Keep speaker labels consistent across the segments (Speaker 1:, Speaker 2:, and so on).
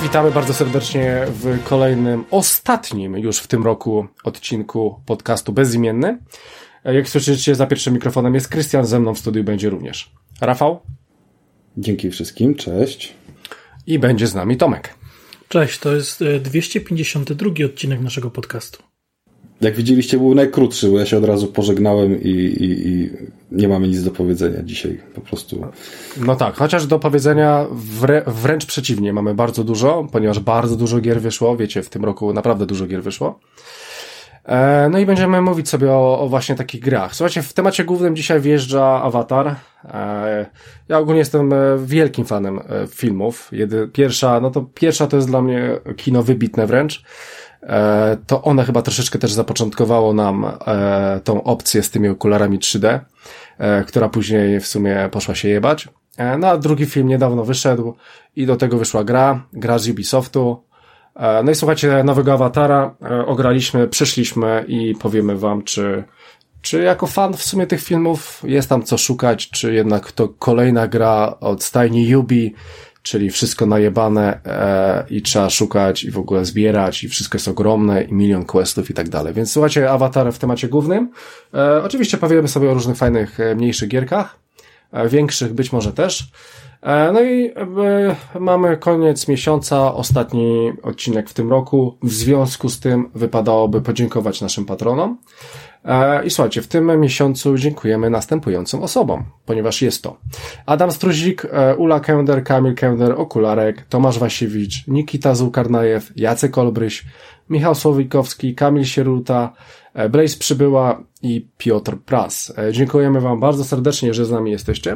Speaker 1: Witamy bardzo serdecznie w kolejnym, ostatnim już w tym roku odcinku podcastu Bezimienny. Jak słyszycie, za pierwszym mikrofonem jest Krystian, ze mną w studiu będzie również Rafał.
Speaker 2: Dzięki wszystkim, cześć.
Speaker 1: I będzie z nami Tomek.
Speaker 3: Cześć, to jest 252 odcinek naszego podcastu.
Speaker 2: Jak widzieliście, był najkrótszy, bo ja się od razu pożegnałem i nie mamy nic do powiedzenia dzisiaj, po prostu.
Speaker 1: No tak, chociaż do powiedzenia wręcz przeciwnie, mamy bardzo dużo, ponieważ bardzo dużo gier wyszło, wiecie, w tym roku naprawdę dużo gier wyszło. No i będziemy mówić sobie o właśnie takich grach. Słuchajcie, w temacie głównym dzisiaj wjeżdża Avatar. Ja ogólnie jestem wielkim fanem filmów. Pierwsza to jest dla mnie kino wybitne wręcz. To one chyba troszeczkę też zapoczątkowało nam tą opcję z tymi okularami 3D, która później w sumie poszła się jebać. No a drugi film niedawno wyszedł i do tego wyszła gra z Ubisoftu. No i słuchajcie, nowego Awatara ograliśmy, przeszliśmy i powiemy wam, czy jako fan w sumie tych filmów jest tam co szukać, czy jednak to kolejna gra od stajni Ubi, czyli wszystko najebane i trzeba szukać i w ogóle zbierać i wszystko jest ogromne i milion questów i tak dalej. Więc słuchajcie, Avatar w temacie głównym. Oczywiście powiemy sobie o różnych fajnych, mniejszych gierkach, większych być może też. No i mamy koniec miesiąca, ostatni odcinek w tym roku. W związku z tym wypadałoby podziękować naszym patronom. I słuchajcie, w tym miesiącu dziękujemy następującym osobom, ponieważ jest to Adam Struzik, Ula Kender, Kamil Kender, Okularek, Tomasz Wasiewicz, Nikita Zułkarnajew, Jacek Olbryś, Michał Słowikowski, Kamil Sieruta, Blaze Przybyła i Piotr Pras. Dziękujemy wam bardzo serdecznie, że z nami jesteście.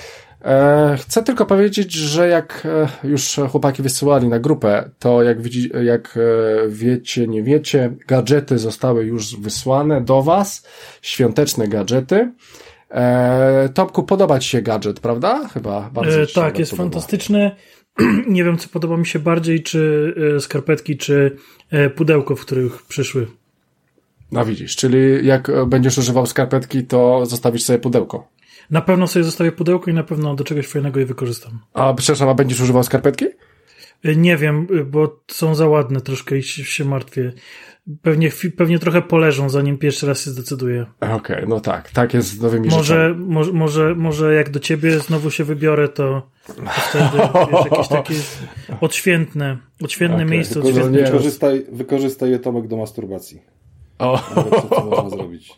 Speaker 1: Chcę tylko powiedzieć, że jak już chłopaki wysyłali na grupę, to jak wiecie, nie wiecie, gadżety zostały już wysłane do was, świąteczne gadżety. Tomku, podoba ci się gadżet, prawda? Chyba bardzo ci się
Speaker 3: tak, jest fantastyczny. Nie wiem, co podoba mi się bardziej, czy skarpetki, czy pudełko, w których przyszły.
Speaker 1: No widzisz, czyli jak będziesz używał skarpetki, to zostawisz sobie pudełko.
Speaker 3: Na pewno sobie zostawię pudełko i na pewno do czegoś fajnego je wykorzystam.
Speaker 1: A przepraszam, a będziesz używał skarpetki?
Speaker 3: Nie wiem, bo są za ładne troszkę i się martwię. Pewnie trochę poleżą, zanim pierwszy raz się zdecyduję.
Speaker 1: Okej, no tak jest z nowymi rzeczami.
Speaker 3: Może jak do ciebie znowu się wybiorę, to wtedy jakieś takie odświętne miejsce.
Speaker 2: Wykorzystaj je, Tomek, do masturbacji. Co można zrobić?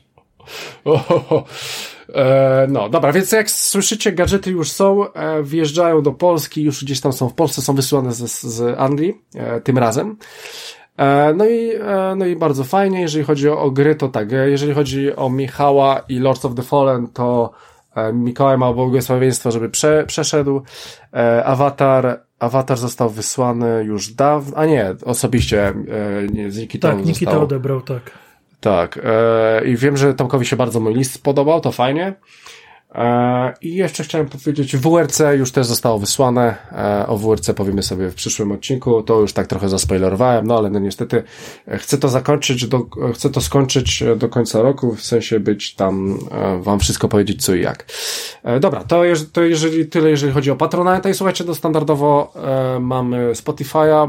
Speaker 1: No, dobra, więc jak słyszycie, gadżety już są, wjeżdżają do Polski, już gdzieś tam są w Polsce, są wysyłane z Anglii, tym razem. No i bardzo fajnie, jeżeli chodzi o gry, to tak, jeżeli chodzi o Michała i Lords of the Fallen, to Mikołaj ma błogosławieństwo, żeby przeszedł. Avatar został wysłany już dawno, a nie, osobiście z Nikitą
Speaker 3: tak, Nikita odebrał, tak.
Speaker 1: Tak, i wiem, że Tomkowi się bardzo mój list spodobał, to fajnie. I jeszcze chciałem powiedzieć, WRC już też zostało wysłane, o WRC powiemy sobie w przyszłym odcinku, to już tak trochę zaspoilerowałem, no ale no niestety chcę to skończyć do końca roku, w sensie być tam, wam wszystko powiedzieć co i jak. Dobra, to jeżeli chodzi o Patronite, i słuchajcie, to standardowo mamy Spotify'a,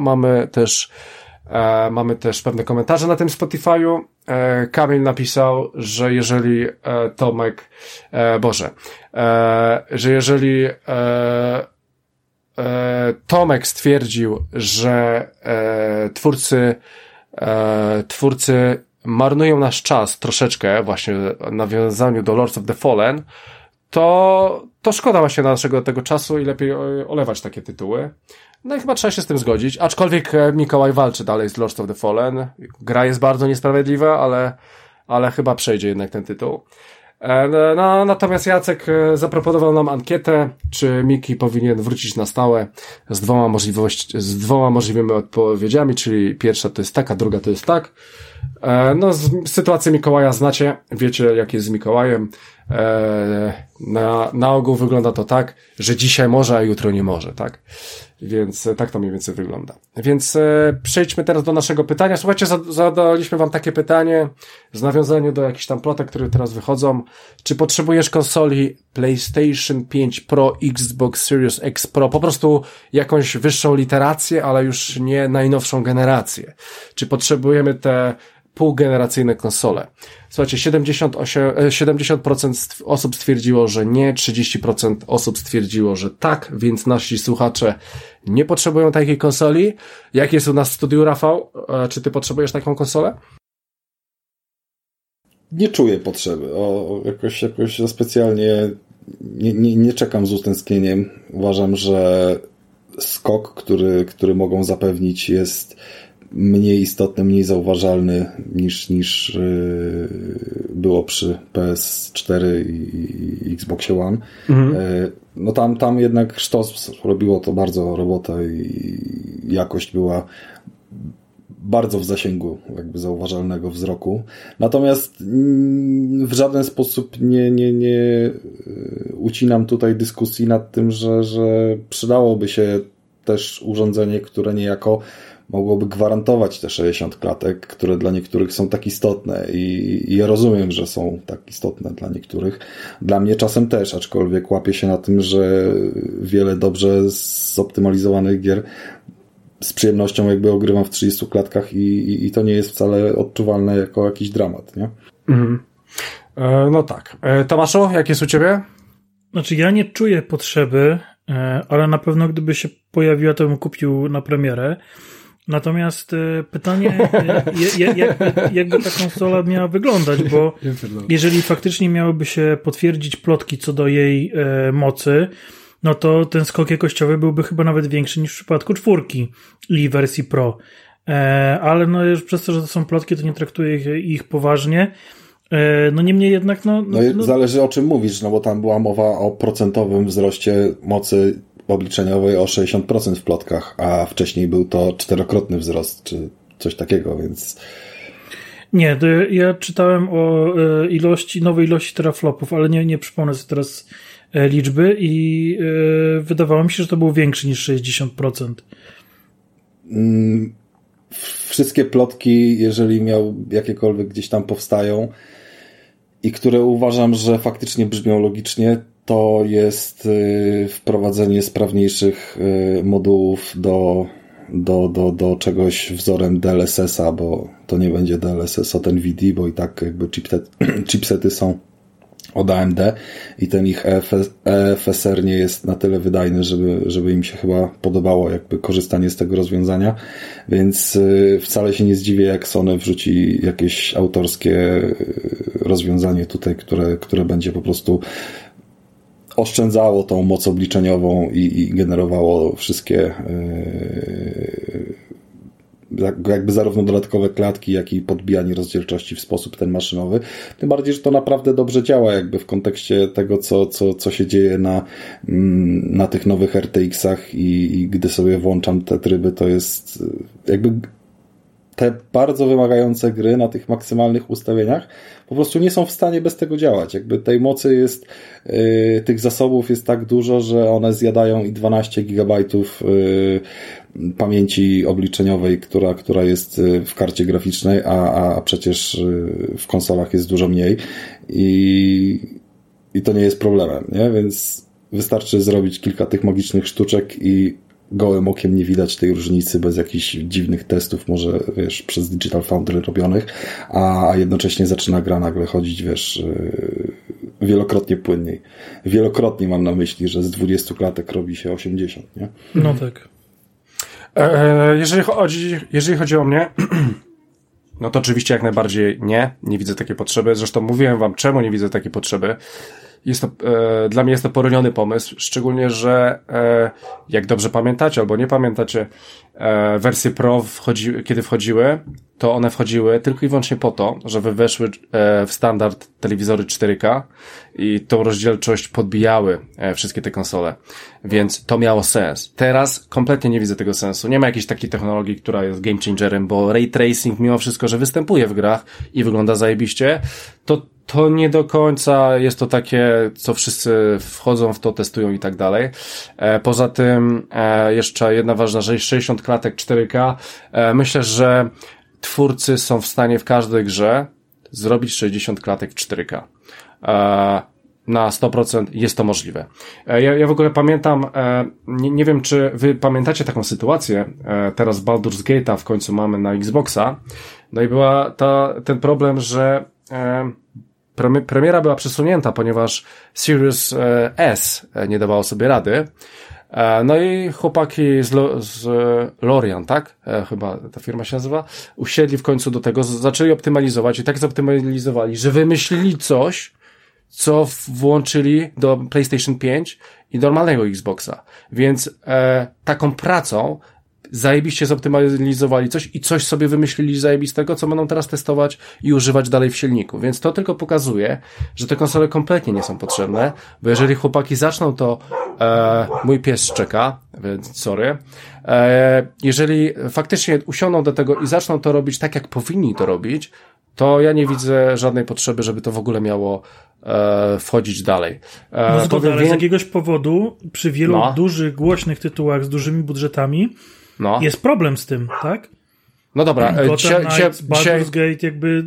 Speaker 1: mamy też pewne komentarze na tym Spotify'u. Kamil napisał, że jeżeli Tomek stwierdził, że twórcy marnują nasz czas troszeczkę właśnie w nawiązaniu do Lords of the Fallen, to szkoda właśnie naszego tego czasu i lepiej olewać takie tytuły. No i chyba trzeba się z tym zgodzić, aczkolwiek Mikołaj walczy dalej z Lords of the Fallen. Gra jest bardzo niesprawiedliwa, ale chyba przejdzie jednak ten tytuł. No, natomiast Jacek zaproponował nam ankietę, czy Miki powinien wrócić na stałe z dwoma możliwymi odpowiedziami, czyli pierwsza to jest tak, a druga to jest tak. No, sytuację Mikołaja znacie, wiecie jak jest z Mikołajem. Na ogół wygląda to tak, że dzisiaj może, a jutro nie może, tak? Więc tak to mniej więcej wygląda. Więc przejdźmy teraz do naszego pytania. Słuchajcie, zadaliśmy wam takie pytanie w nawiązaniu do jakichś tam plotek, które teraz wychodzą. Czy potrzebujesz konsoli PlayStation 5 Pro, Xbox Series X Pro? Po prostu jakąś wyższą literację, ale już nie najnowszą generację. Czy potrzebujemy te półgeneracyjne konsole? Słuchajcie, 70% osób stwierdziło, że nie, 30% osób stwierdziło, że tak, więc nasi słuchacze nie potrzebują takiej konsoli. Jak jest u nas w studiu, Rafał? Czy ty potrzebujesz taką konsolę?
Speaker 2: Nie czuję potrzeby. Jakoś specjalnie nie czekam z utęsknieniem. Uważam, że skok, który mogą zapewnić, jest mniej istotny, mniej zauważalny niż było przy PS4 i Xboxie One. No tam jednak sztos robiło to bardzo robotę i jakość była bardzo w zasięgu jakby zauważalnego wzroku. Natomiast w żaden sposób nie ucinam tutaj dyskusji nad tym, że przydałoby się też urządzenie, które niejako mogłoby gwarantować te 60 klatek, które dla niektórych są tak istotne i ja rozumiem, że są tak istotne dla niektórych. Dla mnie czasem też, aczkolwiek łapię się na tym, że wiele dobrze zoptymalizowanych gier z przyjemnością jakby ogrywam w 30 klatkach i to nie jest wcale odczuwalne jako jakiś dramat, nie?
Speaker 1: No tak. Tomaszu, jak jest u ciebie?
Speaker 3: Znaczy ja nie czuję potrzeby, ale na pewno gdyby się pojawiła, to bym kupił na premierę. Natomiast pytanie, jakby ta konsola miała wyglądać, bo jeżeli faktycznie miałyby się potwierdzić plotki co do jej mocy, no to ten skok jakościowy byłby chyba nawet większy niż w przypadku 4 i wersji Pro. Ale no już przez to, że to są plotki, to nie traktuję ich poważnie. No niemniej jednak
Speaker 2: zależy o czym mówisz, no bo tam była mowa o procentowym wzroście mocy obliczeniowej o 60% w plotkach, a wcześniej był to 4-krotny wzrost, czy coś takiego, więc...
Speaker 3: Nie, ja czytałem o nowej ilości teraflopów, ale nie przypomnę sobie teraz liczby i wydawało mi się, że to był większy niż 60%.
Speaker 2: Wszystkie plotki, jeżeli jakiekolwiek gdzieś tam powstają i które uważam, że faktycznie brzmią logicznie, to jest wprowadzenie sprawniejszych modułów do czegoś wzorem DLSS-a, bo to nie będzie DLSS od NVIDIA, bo i tak jakby chipsety są od AMD i ten ich EFSR nie jest na tyle wydajny, żeby im się chyba podobało jakby korzystanie z tego rozwiązania, więc wcale się nie zdziwię, jak Sony wrzuci jakieś autorskie rozwiązanie tutaj, które będzie po prostu oszczędzało tą moc obliczeniową i generowało wszystkie jakby zarówno dodatkowe klatki, jak i podbijanie rozdzielczości w sposób ten maszynowy. Tym bardziej, że to naprawdę dobrze działa jakby w kontekście tego, co się dzieje na tych nowych RTX-ach i gdy sobie włączam te tryby, to jest jakby te bardzo wymagające gry na tych maksymalnych ustawieniach po prostu nie są w stanie bez tego działać. Jakby tej mocy jest, tych zasobów jest tak dużo, że one zjadają i 12 gigabajtów pamięci obliczeniowej, która jest w karcie graficznej, a przecież w konsolach jest dużo mniej i to nie jest problemem, nie? Więc wystarczy zrobić kilka tych magicznych sztuczek i gołym okiem nie widać tej różnicy bez jakichś dziwnych testów, może wiesz, przez Digital Foundry robionych, a jednocześnie zaczyna gra nagle chodzić, wiesz, wielokrotnie płynniej. Wielokrotnie mam na myśli, że z 20 klatek robi się 80, nie?
Speaker 3: No tak.
Speaker 1: Jeżeli chodzi o mnie, no to oczywiście jak najbardziej nie widzę takiej potrzeby. Zresztą mówiłem wam, czemu nie widzę takiej potrzeby. dla mnie jest to poroniony pomysł, szczególnie, że jak dobrze pamiętacie, albo nie pamiętacie, wersje Pro kiedy wchodziły, to one wchodziły tylko i wyłącznie po to, żeby weszły w standard telewizory 4K i tą rozdzielczość podbijały wszystkie te konsole. Więc to miało sens. Teraz kompletnie nie widzę tego sensu. Nie ma jakiejś takiej technologii, która jest game changerem, bo ray tracing mimo wszystko, że występuje w grach i wygląda zajebiście, to nie do końca jest to takie, co wszyscy wchodzą w to, testują i tak dalej. Poza tym jeszcze jedna ważna rzecz, 60 klatek 4K. Myślę, że twórcy są w stanie w każdej grze zrobić 60 klatek w 4K. Na 100% jest to możliwe. Ja w ogóle pamiętam, nie wiem, czy wy pamiętacie taką sytuację, teraz Baldur's Gate'a w końcu mamy na Xboxa, no i była ten problem, że premiera była przesunięta, ponieważ Series S nie dawało sobie rady. No i chłopaki z Lorian, tak? Chyba ta firma się nazywa. Usiedli w końcu do tego, zaczęli optymalizować i tak zoptymalizowali, że wymyślili coś, co włączyli do PlayStation 5 i normalnego Xboxa. Więc taką pracą zajebiście zoptymalizowali coś i coś sobie wymyślili zajebistego, co będą teraz testować i używać dalej w silniku. Więc to tylko pokazuje, że te konsole kompletnie nie są potrzebne, bo jeżeli chłopaki zaczną to, mój pies szczeka, więc sorry, jeżeli faktycznie usiądą do tego i zaczną to robić tak, jak powinni to robić, to ja nie widzę żadnej potrzeby, żeby to w ogóle miało wchodzić dalej.
Speaker 3: No zgoda, ale z jakiegoś powodu przy wielu dużych, głośnych tytułach z dużymi budżetami jest problem z tym, tak?
Speaker 1: No dobra.
Speaker 3: Gotham Knights, Baldur's Gate, jakby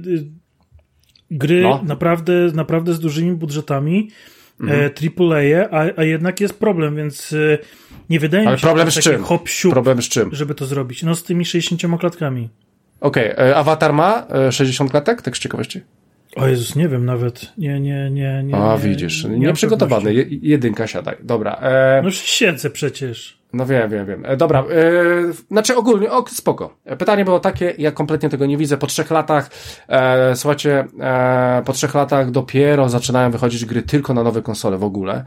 Speaker 3: gry naprawdę z dużymi budżetami, AAA, a jednak jest problem, więc nie wydaje mi się,
Speaker 1: problem
Speaker 3: że
Speaker 1: z czym? Problem z czym?
Speaker 3: Żeby to zrobić. No z tymi 60 klatkami.
Speaker 1: Okej, Avatar ma 60 klatek? Tak z ciekawości?
Speaker 3: O Jezus, nie wiem nawet. Nie.
Speaker 1: A widzisz, nieprzygotowany. Jedynka siadaj. Dobra.
Speaker 3: No już siedzę przecież.
Speaker 1: No wiem. Dobra, znaczy ogólnie, spoko. Pytanie było takie, ja kompletnie tego nie widzę. Po 3 latach, słuchajcie, po 3 latach dopiero zaczynają wychodzić gry tylko na nowe konsole w ogóle.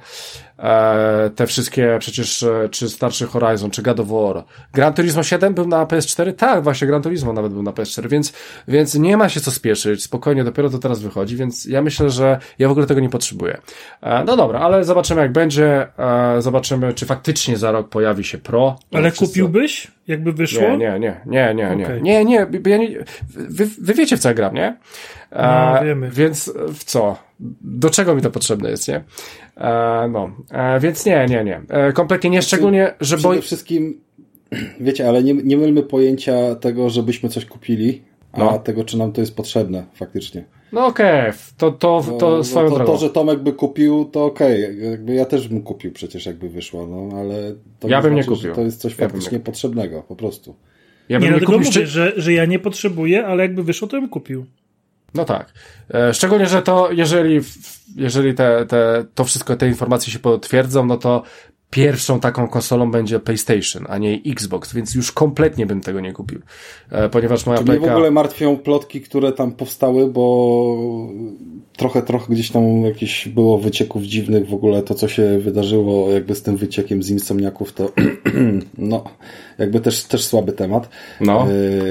Speaker 1: Te wszystkie przecież, czy starszy Horizon, czy God of War. Gran Turismo 7 był na PS4? Tak, właśnie Gran Turismo nawet był na PS4, więc nie ma się co spieszyć. Spokojnie, dopiero to teraz wychodzi, więc ja myślę, że ja w ogóle tego nie potrzebuję. No dobra, ale zobaczymy jak będzie. Zobaczymy, czy faktycznie za rok pojawi się Pro.
Speaker 3: Ale kupiłbyś? Jakby wyszło?
Speaker 1: Nie. Wy wiecie, w co ja gram, nie?
Speaker 3: No, wiemy.
Speaker 1: Więc w co? Do czego mi to potrzebne jest, nie? Więc nie. Kompletnie nie, szczególnie, że
Speaker 2: przede wszystkim, wiecie, ale nie mylmy pojęcia tego, żebyśmy coś kupili, a tego, czy nam to jest potrzebne faktycznie.
Speaker 1: No okej, to swoją drogą.
Speaker 2: To, że Tomek by kupił, to okej. Jakby ja też bym kupił przecież, jakby wyszło, no ale to
Speaker 1: ja bym
Speaker 2: znaczy,
Speaker 1: nie kupił.
Speaker 2: Że to jest coś faktycznie potrzebnego, po prostu.
Speaker 1: Ja bym nie
Speaker 3: kupił, mówię, że ja nie potrzebuję, ale jakby wyszło, to bym kupił.
Speaker 1: No tak. Szczególnie, że to jeżeli to wszystko, te informacje się potwierdzą, no to pierwszą taką konsolą będzie PlayStation, a nie Xbox, więc już kompletnie bym tego nie kupił. Ponieważ moja
Speaker 2: Mnie w ogóle martwią plotki, które tam powstały, bo trochę gdzieś tam jakieś było wycieków dziwnych, w ogóle to, co się wydarzyło jakby z tym wyciekiem z Insomniaków, to no, jakby też słaby temat.
Speaker 1: No.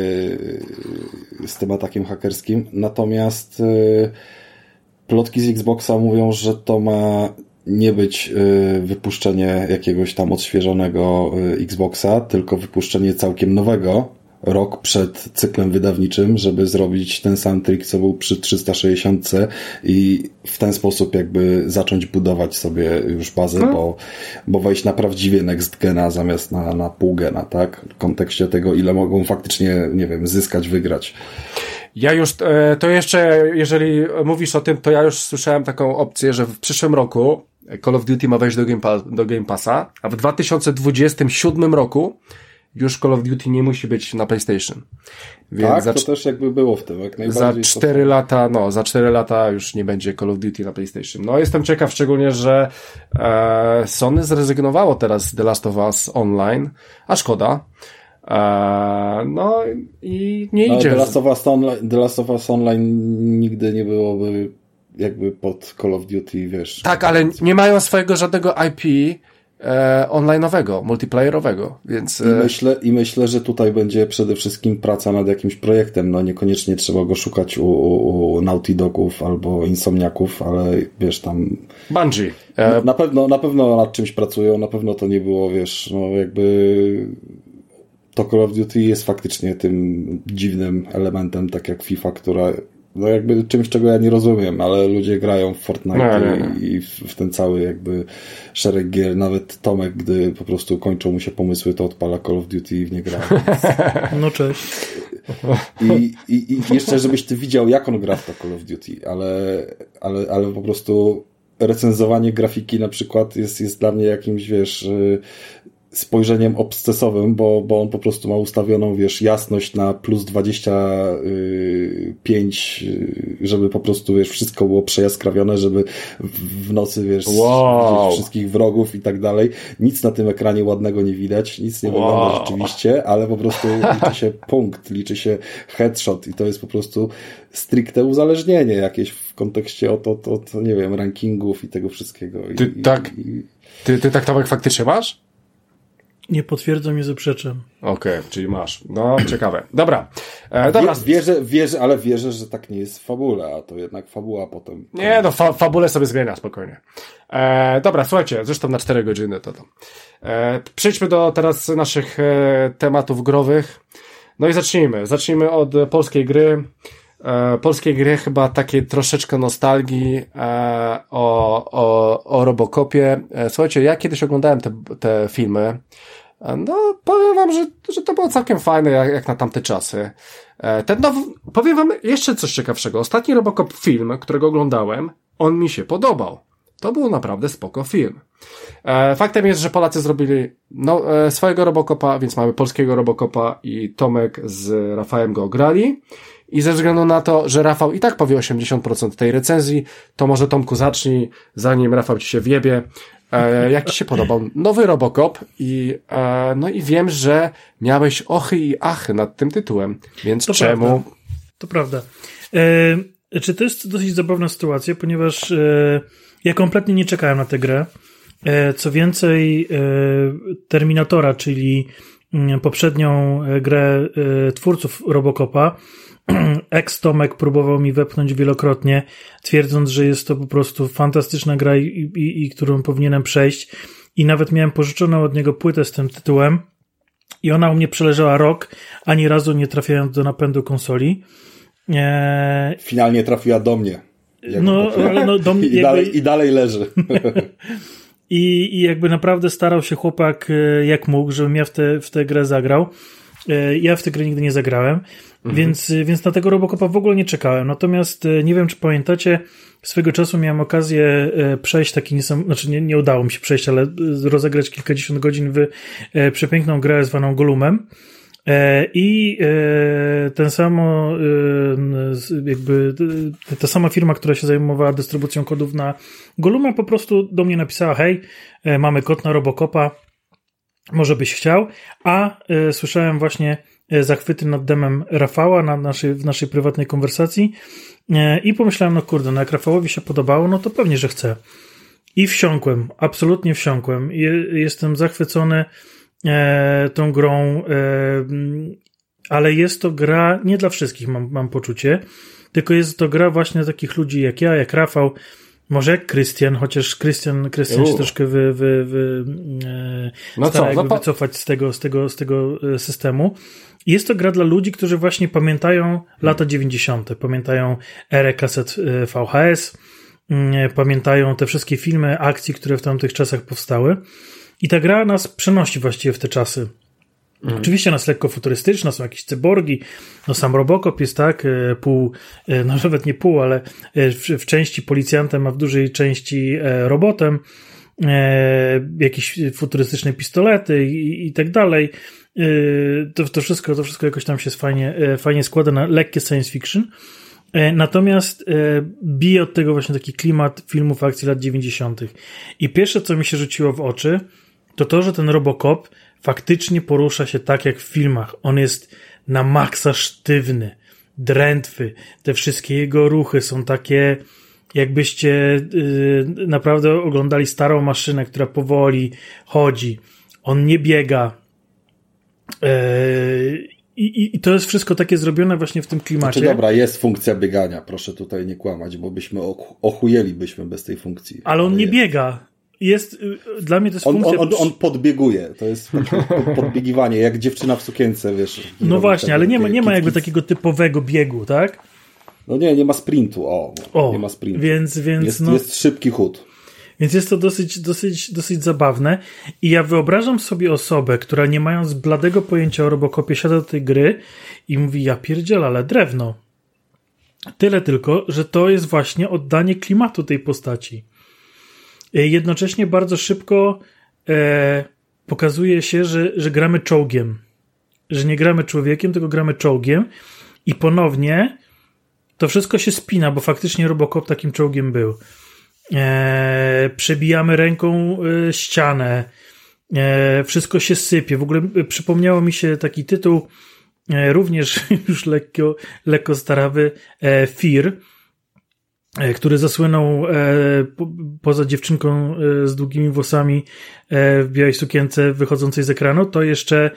Speaker 2: Z tym atakiem hakerskim. Natomiast plotki z Xboxa mówią, że to ma nie być wypuszczenie jakiegoś tam odświeżonego Xboxa, tylko wypuszczenie całkiem nowego, rok przed cyklem wydawniczym, żeby zrobić ten sam trik, co był przy 360 i w ten sposób jakby zacząć budować sobie już bazę, bo wejść na prawdziwie next gena zamiast na pół gena, tak? W kontekście tego, ile mogą faktycznie, nie wiem, zyskać, wygrać.
Speaker 1: Ja już, to jeszcze, jeżeli mówisz o tym, to ja już słyszałem taką opcję, że w przyszłym roku Call of Duty ma wejść do Game Passa, a w 2027 roku już Call of Duty nie musi być na PlayStation. Więc
Speaker 2: tak, to też jakby było w tym. Jak najbardziej
Speaker 1: za 4 lata, za 4 lata już nie będzie Call of Duty na PlayStation. No jestem ciekaw, szczególnie, że Sony zrezygnowało teraz z The Last of Us Online, a szkoda. No i nie idzie.
Speaker 2: The Last of Us Online nigdy nie byłoby jakby pod Call of Duty, wiesz.
Speaker 1: Tak, ale nie mają swojego żadnego IP online'owego, multiplayerowego, więc...
Speaker 2: I myślę, że tutaj będzie przede wszystkim praca nad jakimś projektem, no niekoniecznie trzeba go szukać u Naughty Dogów albo Insomniaków, ale wiesz, tam...
Speaker 1: Bungie.
Speaker 2: Na pewno nad czymś pracują, na pewno to nie było, wiesz, no jakby... To Call of Duty jest faktycznie tym dziwnym elementem, tak jak FIFA, która no jakby czymś, czego ja nie rozumiem, ale ludzie grają w Fortnite i w ten cały jakby szereg gier. Nawet Tomek, gdy po prostu kończą mu się pomysły, to odpala Call of Duty i w nie gra.
Speaker 3: No cześć.
Speaker 2: I jeszcze, żebyś ty widział, jak on gra w to Call of Duty, ale po prostu recenzowanie grafiki na przykład jest dla mnie jakimś, wiesz, spojrzeniem obsesowym, bo on po prostu ma ustawioną, wiesz, jasność na plus 25, żeby po prostu, wiesz, wszystko było przejaskrawione, żeby w nocy, wiesz, widzieć wszystkich wrogów i tak dalej. Nic na tym ekranie ładnego nie widać, nic nie wygląda rzeczywiście, ale po prostu liczy się punkt, liczy się headshot i to jest po prostu stricte uzależnienie jakieś w kontekście to nie wiem, rankingów i tego wszystkiego.
Speaker 1: Ty tak, Tomek, faktycznie masz?
Speaker 3: Nie potwierdzam, nie zaprzeczam.
Speaker 1: Okej, czyli masz. No, ciekawe. Dobra.
Speaker 2: Wierzę, że tak nie jest w fabule, a to jednak fabuła potem...
Speaker 1: Nie, no fabulę sobie zmienia spokojnie. Dobra, słuchajcie, zresztą na 4 godziny to. Przejdźmy do teraz naszych tematów growych. No i zacznijmy od polskiej gry. Polskiej gry chyba takiej troszeczkę nostalgii o Robocopie. Słuchajcie, ja kiedyś oglądałem te filmy. No, powiem wam, że to było całkiem fajne jak na tamte czasy. Powiem wam jeszcze coś ciekawszego. Ostatni Robocop film, którego oglądałem, on mi się podobał. To był naprawdę spoko film. Faktem jest, że Polacy zrobili swojego Robocopa, więc mamy polskiego Robocopa i Tomek z Rafałem go grali. I ze względu na to, że Rafał i tak powie 80% tej recenzji, to może Tomku zacznij, zanim Rafał ci się wjebie. Jak ci się podobał nowy Robocop i wiem, że miałeś ochy i achy nad tym tytułem, więc
Speaker 3: to
Speaker 1: czemu?
Speaker 3: Prawda. To prawda. To jest dosyć zabawna sytuacja, ponieważ ja kompletnie nie czekałem na tę grę. Co więcej, Terminatora, czyli poprzednią grę twórców Robocopa, ex-Tomek próbował mi wepchnąć wielokrotnie, twierdząc, że jest to po prostu fantastyczna gra i którą powinienem przejść. I nawet miałem pożyczoną od niego płytę z tym tytułem i ona u mnie przeleżała rok, ani razu nie trafiając do napędu konsoli.
Speaker 2: Finalnie trafiła do mnie.
Speaker 3: Do mnie
Speaker 2: I dalej leży.
Speaker 3: I jakby naprawdę starał się chłopak jak mógł, żebym ja w tę grę zagrał. Ja w tę grę nigdy nie zagrałem, więc na tego Robocopa w ogóle nie czekałem. Natomiast nie wiem, czy pamiętacie, swego czasu miałem okazję przejść taki nie udało mi się przejść, ale rozegrać kilkadziesiąt godzin w przepiękną grę zwaną Golumem. I ta sama firma, która się zajmowała dystrybucją kodów na Goluma, po prostu do mnie napisała: hej, mamy kod na Robocopa, może byś chciał, a słyszałem właśnie zachwyty nad demem Rafała w naszej prywatnej konwersacji i pomyślałem, jak Rafałowi się podobało, no to pewnie, że chcę. I wsiąkłem, absolutnie wsiąkłem. Jestem zachwycony tą grą, ale jest to gra nie dla wszystkich, mam poczucie, tylko jest to gra właśnie dla takich ludzi jak ja, jak Rafał, może jak Krystian, chociaż Krystian się troszkę stara wycofać z tego systemu. Jest to gra dla ludzi, którzy właśnie pamiętają lata 90., pamiętają erę kaset VHS, pamiętają te wszystkie filmy akcji, które w tamtych czasach powstały. I ta gra nas przenosi właściwie w te czasy. Oczywiście nas lekko futurystyczna, są jakieś cyborgi, sam Robocop jest nawet nie pół, ale w części policjantem, a w dużej części robotem, jakieś futurystyczne pistolety i tak dalej. To wszystko jakoś tam się fajnie składa na lekkie science fiction. Natomiast bije od tego właśnie taki klimat filmów akcji lat 90. I pierwsze, co mi się rzuciło w oczy, to, że ten Robocop faktycznie porusza się tak jak w filmach. On jest na maksa sztywny, drętwy. Te wszystkie jego ruchy są takie jakbyście naprawdę oglądali starą maszynę, która powoli chodzi, on nie biega. I to jest wszystko takie zrobione właśnie w tym klimacie.
Speaker 2: Znaczy dobra, jest funkcja biegania, proszę tutaj nie kłamać, bo byśmy ochujelibyśmy bez tej funkcji.
Speaker 3: Ale on nie biega. Dla mnie to jest funkcja...
Speaker 2: On podbieguje, to jest podbiegiwanie, jak dziewczyna w sukience, wiesz.
Speaker 3: No właśnie, ale nie ma jakby takiego typowego biegu, tak?
Speaker 2: No nie ma sprintu, nie ma sprintu.
Speaker 3: Więc
Speaker 2: jest szybki chód.
Speaker 3: Więc jest to dosyć zabawne i ja wyobrażam sobie osobę, która nie mając bladego pojęcia o Robocopie siada do tej gry i mówi, ja pierdzielę, ale drewno. Tyle tylko, że to jest właśnie oddanie klimatu tej postaci. Jednocześnie bardzo szybko pokazuje się, że gramy czołgiem. Że nie gramy człowiekiem, tylko gramy czołgiem i ponownie to wszystko się spina, bo faktycznie Robocop takim czołgiem był. Przebijamy ręką ścianę, wszystko się sypie. W ogóle przypomniało mi się taki tytuł, również już lekko starawy, Fear, który zasłynął poza dziewczynką z długimi włosami w białej sukience wychodzącej z ekranu, to jeszcze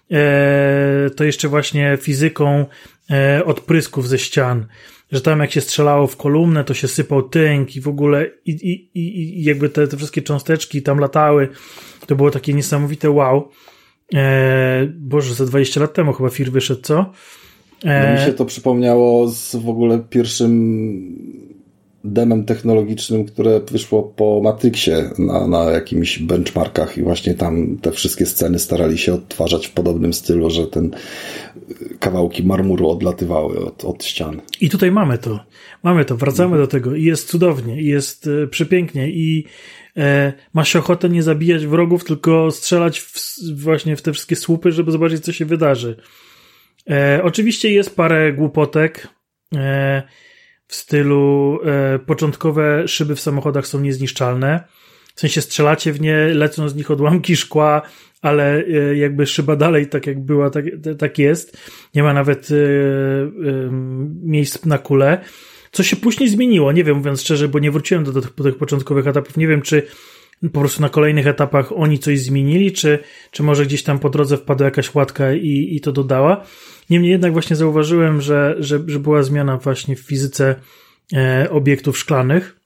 Speaker 3: właśnie fizyką odprysków ze ścian. Że tam jak się strzelało w kolumnę, to się sypał tynk i w ogóle i jakby te wszystkie cząsteczki tam latały. To było takie niesamowite wow. Boże, za 20 lat temu chyba Fear wyszedł, co?
Speaker 2: No mi się to przypomniało z w ogóle pierwszym demem technologicznym, które wyszło po Matrixie na jakimiś benchmarkach i właśnie tam te wszystkie sceny starali się odtwarzać w podobnym stylu, że ten kawałki marmuru odlatywały od ścian.
Speaker 3: I tutaj mamy to, wracamy do tego i jest cudownie, i jest przepięknie i ma się ochotę nie zabijać wrogów, tylko strzelać właśnie w te wszystkie słupy, żeby zobaczyć, co się wydarzy. Oczywiście jest parę głupotek, w stylu początkowe szyby w samochodach są niezniszczalne. W sensie strzelacie w nie, lecą z nich odłamki szkła, ale jakby szyba dalej tak jak była, tak jest. Nie ma nawet miejsc na kulę. Co się później zmieniło, nie wiem, mówiąc szczerze, bo nie wróciłem do tych początkowych etapów. Nie wiem, czy po prostu na kolejnych etapach oni coś zmienili, czy może gdzieś tam po drodze wpadła jakaś łatka i to dodała. Niemniej jednak właśnie zauważyłem, że była zmiana właśnie w fizyce obiektów szklanych.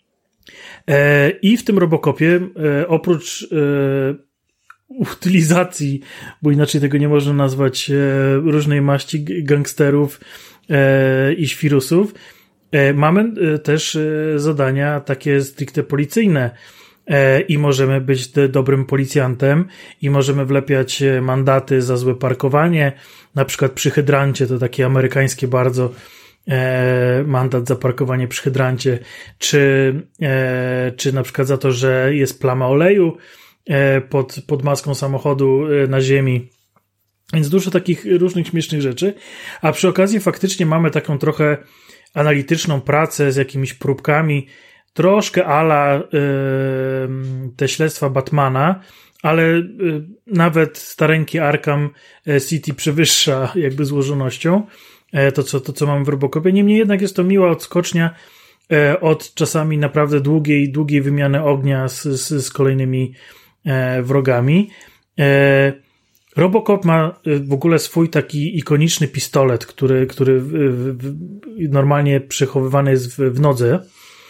Speaker 3: I w tym Robocopie oprócz utylizacji, bo inaczej tego nie można nazwać, różnej maści gangsterów i świrusów, mamy też zadania takie stricte policyjne. I możemy być dobrym policjantem i możemy wlepiać mandaty za złe parkowanie, na przykład przy hydrancie, to takie amerykańskie bardzo mandat za parkowanie przy hydrancie, czy na przykład za to, że jest plama oleju pod maską samochodu na ziemi. Więc dużo takich różnych śmiesznych rzeczy, a przy okazji faktycznie mamy taką trochę analityczną pracę z jakimiś próbkami, troszkę ala te śledztwa Batmana, ale nawet stareńki Arkham City przewyższa jakby złożonością to, co mamy w Robocopie. Niemniej jednak jest to miła odskocznia od czasami naprawdę długiej wymiany ognia z kolejnymi wrogami. Robocop ma w ogóle swój taki ikoniczny pistolet, który normalnie przechowywany jest w nodze.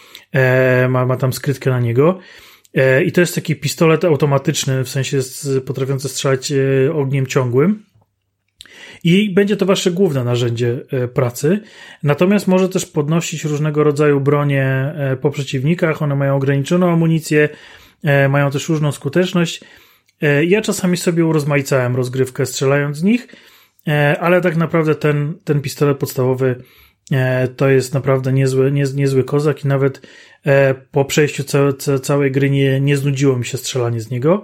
Speaker 3: Ma tam skrytkę na niego. I to jest taki pistolet automatyczny, w sensie potrafiący strzelać ogniem ciągłym. I będzie to wasze główne narzędzie pracy. Natomiast może też podnosić różnego rodzaju bronie po przeciwnikach. One mają ograniczoną amunicję, mają też różną skuteczność. Ja czasami sobie urozmaicałem rozgrywkę strzelając z nich, ale tak naprawdę ten pistolet podstawowy to jest naprawdę niezły kozak i nawet po przejściu całej gry nie znudziło mi się strzelanie z niego.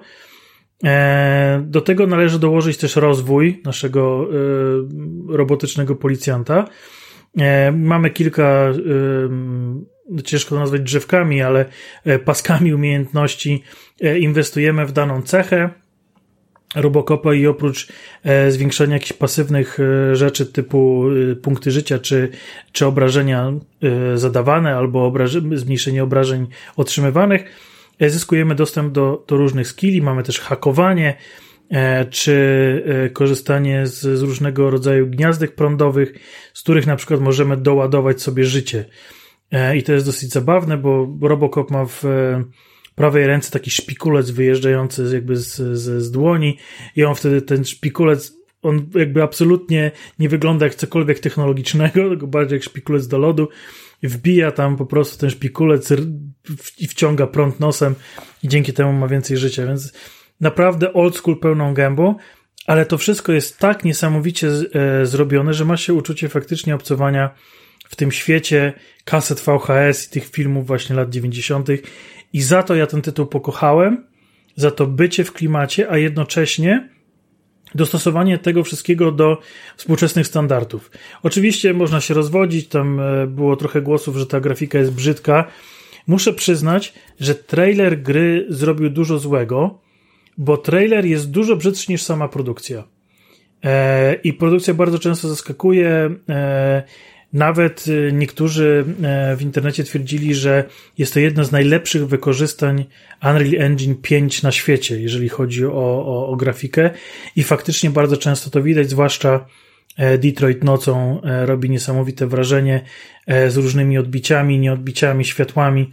Speaker 3: Do tego należy dołożyć też rozwój naszego robotycznego policjanta. Mamy kilka, ciężko to nazwać drzewkami, ale paskami umiejętności inwestujemy w daną cechę. Robocopa i oprócz zwiększania jakichś pasywnych rzeczy typu punkty życia czy obrażenia zadawane albo zmniejszenie obrażeń otrzymywanych, zyskujemy dostęp do różnych skilli. Mamy też hakowanie czy korzystanie z różnego rodzaju gniazdek prądowych, z których na przykład możemy doładować sobie życie. I to jest dosyć zabawne, bo Robocop ma w prawej ręce taki szpikulec wyjeżdżający jakby z dłoni i on wtedy, ten szpikulec, on jakby absolutnie nie wygląda jak cokolwiek technologicznego, tylko bardziej jak szpikulec do lodu. Wbija tam po prostu ten szpikulec i wciąga prąd nosem i dzięki temu ma więcej życia, więc naprawdę old school pełną gębą, ale to wszystko jest tak niesamowicie zrobione, że ma się uczucie faktycznie obcowania w tym świecie kaset VHS i tych filmów właśnie lat 90. I za to ja ten tytuł pokochałem, za to bycie w klimacie, a jednocześnie dostosowanie tego wszystkiego do współczesnych standardów. Oczywiście można się rozwodzić, tam było trochę głosów, że ta grafika jest brzydka. Muszę przyznać, że trailer gry zrobił dużo złego, bo trailer jest dużo brzydszy niż sama produkcja. I produkcja bardzo często zaskakuje. Nawet niektórzy w internecie twierdzili, że jest to jedno z najlepszych wykorzystań Unreal Engine 5 na świecie, jeżeli chodzi o grafikę. I faktycznie bardzo często to widać, zwłaszcza Detroit nocą robi niesamowite wrażenie z różnymi odbiciami, nieodbiciami, światłami.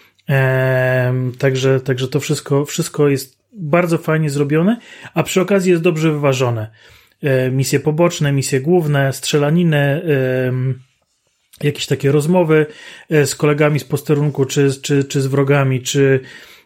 Speaker 3: Także to wszystko jest bardzo fajnie zrobione, a przy okazji jest dobrze wyważone. Misje poboczne, misje główne, strzelaniny, jakieś takie rozmowy z kolegami z posterunku, czy z wrogami, czy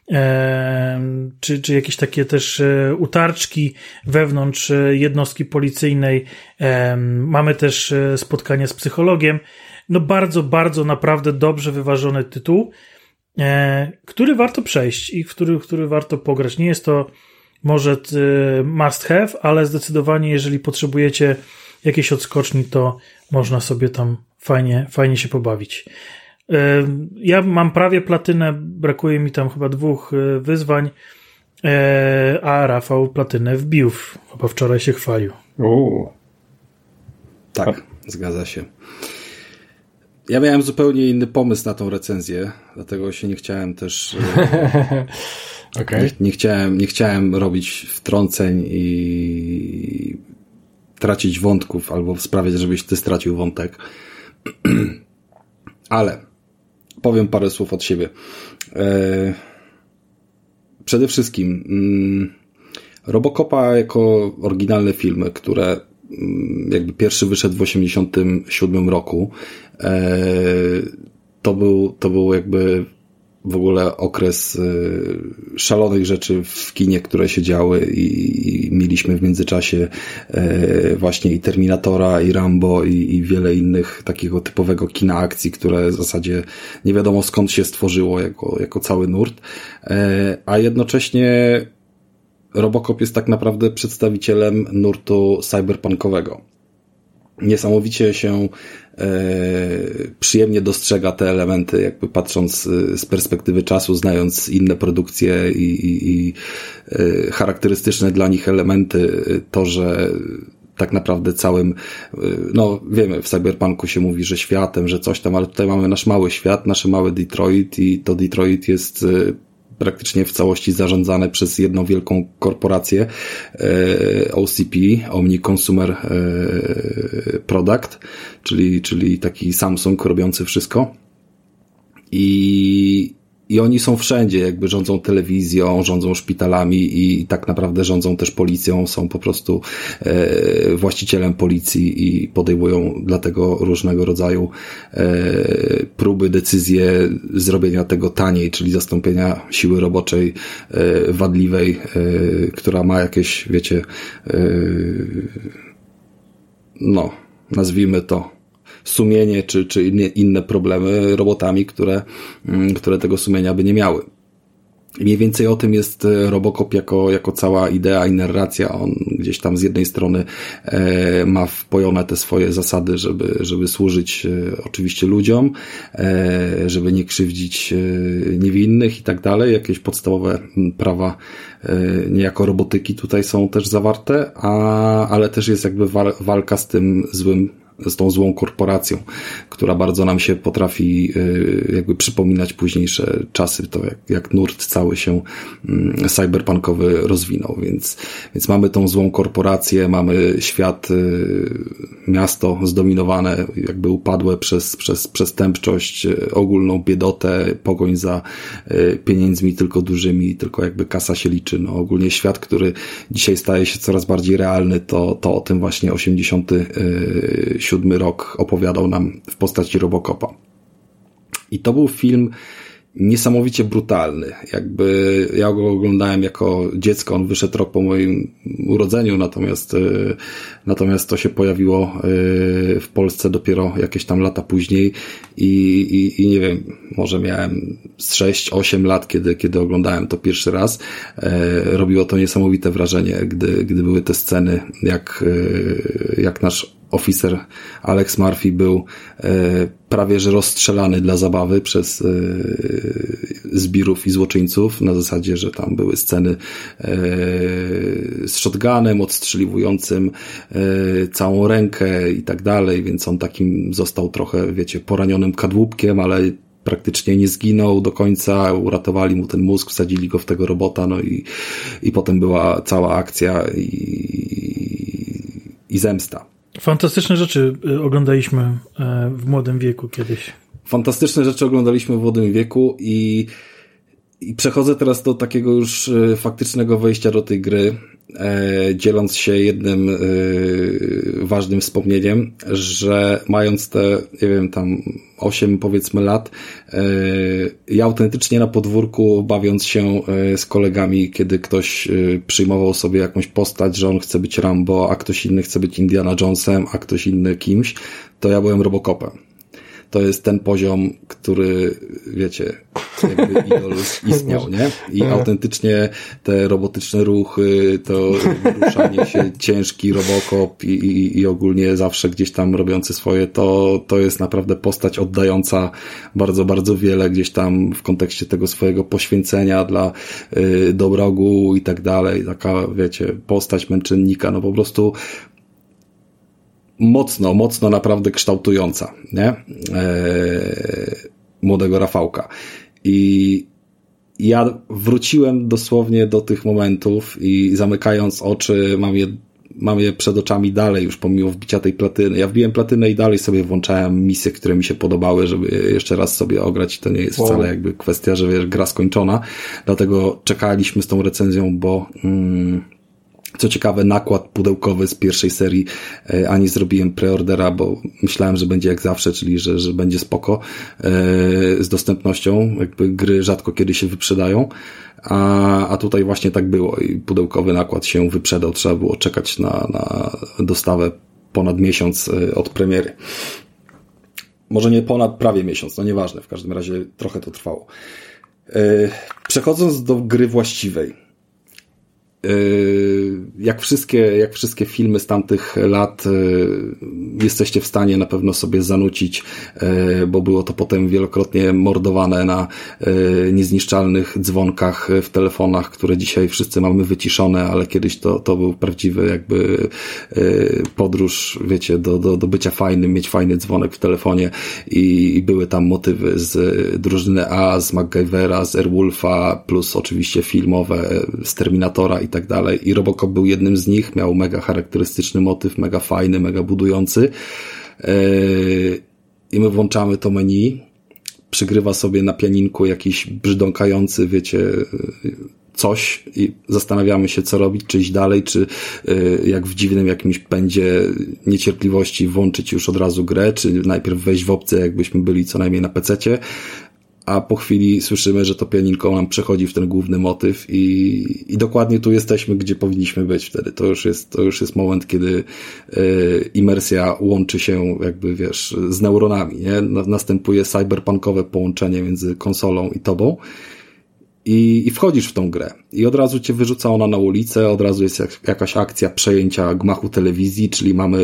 Speaker 3: jakieś takie też utarczki wewnątrz jednostki policyjnej. Mamy też spotkania z psychologiem. No bardzo, bardzo naprawdę dobrze wyważony tytuł, który warto przejść i który warto pograć. Nie jest to może must have, ale zdecydowanie jeżeli potrzebujecie jakiejś odskoczni, to można sobie tam fajnie się pobawić. Ja mam prawie platynę, brakuje mi tam chyba 2 wyzwań, a Rafał platynę wbił, chyba wczoraj się chwalił.
Speaker 2: Tak, zgadza się. Ja miałem zupełnie inny pomysł na tą recenzję, dlatego się nie chciałem też nie chciałem robić wtrąceń i tracić wątków, albo sprawiać, żebyś ty stracił wątek. Ale powiem parę słów od siebie. Przede wszystkim Robocopa jako oryginalne filmy, które jakby pierwszy wyszedł w 1987 roku, to był jakby w ogóle okres szalonych rzeczy w kinie, które się działy i mieliśmy w międzyczasie właśnie i Terminatora, i Rambo, i wiele innych takiego typowego kina akcji, które w zasadzie nie wiadomo skąd się stworzyło jako cały nurt, a jednocześnie Robocop jest tak naprawdę przedstawicielem nurtu cyberpunkowego. Niesamowicie się przyjemnie dostrzega te elementy, jakby patrząc z perspektywy czasu, znając inne produkcje i charakterystyczne dla nich elementy, to, że tak naprawdę całym, no wiemy, w cyberpunku się mówi, że światem, że coś tam, ale tutaj mamy nasz mały świat, nasze małe Detroit i to Detroit jest praktycznie w całości zarządzane przez jedną wielką korporację, OCP, Omni Consumer Product, czyli taki Samsung robiący wszystko. I oni są wszędzie, jakby rządzą telewizją, rządzą szpitalami i tak naprawdę rządzą też policją, są po prostu właścicielem policji i podejmują dlatego różnego rodzaju próby, decyzje zrobienia tego taniej, czyli zastąpienia siły roboczej wadliwej, która ma jakieś, wiecie, no, nazwijmy to sumienie, czy inne problemy robotami, które tego sumienia by nie miały. Mniej więcej o tym jest Robocop jako cała idea i narracja. On gdzieś tam z jednej strony ma wpojone te swoje zasady, żeby służyć oczywiście ludziom, żeby nie krzywdzić niewinnych i tak dalej. Jakieś podstawowe prawa niejako robotyki tutaj są też zawarte, ale też jest jakby walka z tym z tą złą korporacją, która bardzo nam się potrafi jakby przypominać późniejsze czasy, to jak nurt cały się cyberpunkowy rozwinął, więc mamy tą złą korporację, mamy świat, miasto zdominowane, jakby upadłe przez przestępczość, ogólną biedotę, pogoń za pieniędzmi tylko dużymi, tylko jakby kasa się liczy. No ogólnie świat, który dzisiaj staje się coraz bardziej realny, to o tym właśnie 87 rok opowiadał nam w postaci Robocopa. I to był film niesamowicie brutalny. Jakby ja go oglądałem jako dziecko, on wyszedł rok po moim urodzeniu, natomiast to się pojawiło w Polsce dopiero jakieś tam lata później i nie wiem, może miałem z 6-8 lat, kiedy oglądałem to pierwszy raz. Robiło to niesamowite wrażenie, gdy były te sceny, jak nasz oficer Alex Murphy był prawie że rozstrzelany dla zabawy przez zbirów i złoczyńców, na zasadzie, że tam były sceny z shotgunem odstrzeliwującym całą rękę i tak dalej, więc on takim został trochę, wiecie, poranionym kadłubkiem, ale praktycznie nie zginął do końca, uratowali mu ten mózg, wsadzili go w tego robota, no i potem była cała akcja i zemsta.
Speaker 3: Fantastyczne rzeczy oglądaliśmy w młodym wieku kiedyś.
Speaker 2: Fantastyczne rzeczy oglądaliśmy w młodym wieku i przechodzę teraz do takiego już faktycznego wejścia do tej gry, dzieląc się jednym ważnym wspomnieniem, że mając te, nie wiem, tam 8 powiedzmy lat, ja autentycznie na podwórku, bawiąc się z kolegami, kiedy ktoś przyjmował sobie jakąś postać, że on chce być Rambo, a ktoś inny chce być Indiana Jonesem, a ktoś inny kimś, to ja byłem Robocopem. To jest ten poziom, który, wiecie, jakby idol istniał, nie? I autentycznie te robotyczne ruchy, to ruszanie się, ciężki Robocop i ogólnie zawsze gdzieś tam robiący swoje, to jest naprawdę postać oddająca bardzo, bardzo wiele gdzieś tam w kontekście tego swojego poświęcenia dla dobra ogółu i tak dalej. Taka, wiecie, postać męczennika, no po prostu mocno naprawdę kształtująca, nie? Młodego Rafałka. I ja wróciłem dosłownie do tych momentów i zamykając oczy, mam je przed oczami dalej, już pomimo wbicia tej platyny. Ja wbiłem platynę i dalej sobie włączałem misje, które mi się podobały, żeby jeszcze raz sobie ograć. To nie jest wcale jakby kwestia, że wiesz, gra skończona. Dlatego czekaliśmy z tą recenzją, bo co ciekawe, nakład pudełkowy z pierwszej serii ani zrobiłem preordera, bo myślałem, że będzie jak zawsze, czyli że będzie spoko z dostępnością. Jakby gry rzadko kiedy się wyprzedają, a tutaj właśnie tak było i pudełkowy nakład się wyprzedał. Trzeba było czekać na dostawę ponad miesiąc od premiery. Może nie ponad, prawie miesiąc, no nieważne, w każdym razie trochę to trwało. Przechodząc do gry właściwej. Jak wszystkie filmy z tamtych lat jesteście w stanie na pewno sobie zanucić, bo było to potem wielokrotnie mordowane na niezniszczalnych dzwonkach w telefonach, które dzisiaj wszyscy mamy wyciszone, ale kiedyś to był prawdziwy jakby podróż, wiecie, do bycia fajnym, mieć fajny dzwonek w telefonie i były tam motywy z Drużyny A, z MacGyvera, z Airwolfa, plus oczywiście filmowe z Terminatora i tak dalej. I Robocop był jednym z nich, miał mega charakterystyczny motyw, mega fajny, mega budujący. I my włączamy to menu, przygrywa sobie na pianinku jakiś brzdąkający, wiecie, coś i zastanawiamy się, co robić, czy iść dalej, czy jak w dziwnym jakimś pędzie niecierpliwości włączyć już od razu grę, czy najpierw wejść w opcję, jakbyśmy byli co najmniej na pececie, a po chwili słyszymy, że to pianinko nam przechodzi w ten główny motyw i dokładnie tu jesteśmy, gdzie powinniśmy być wtedy. To już jest moment, kiedy imersja łączy się jakby, wiesz, z neuronami, nie? Następuje cyberpunkowe połączenie między konsolą i tobą i wchodzisz w tą grę i od razu cię wyrzuca ona na ulicę, od razu jest jakaś akcja przejęcia gmachu telewizji, czyli mamy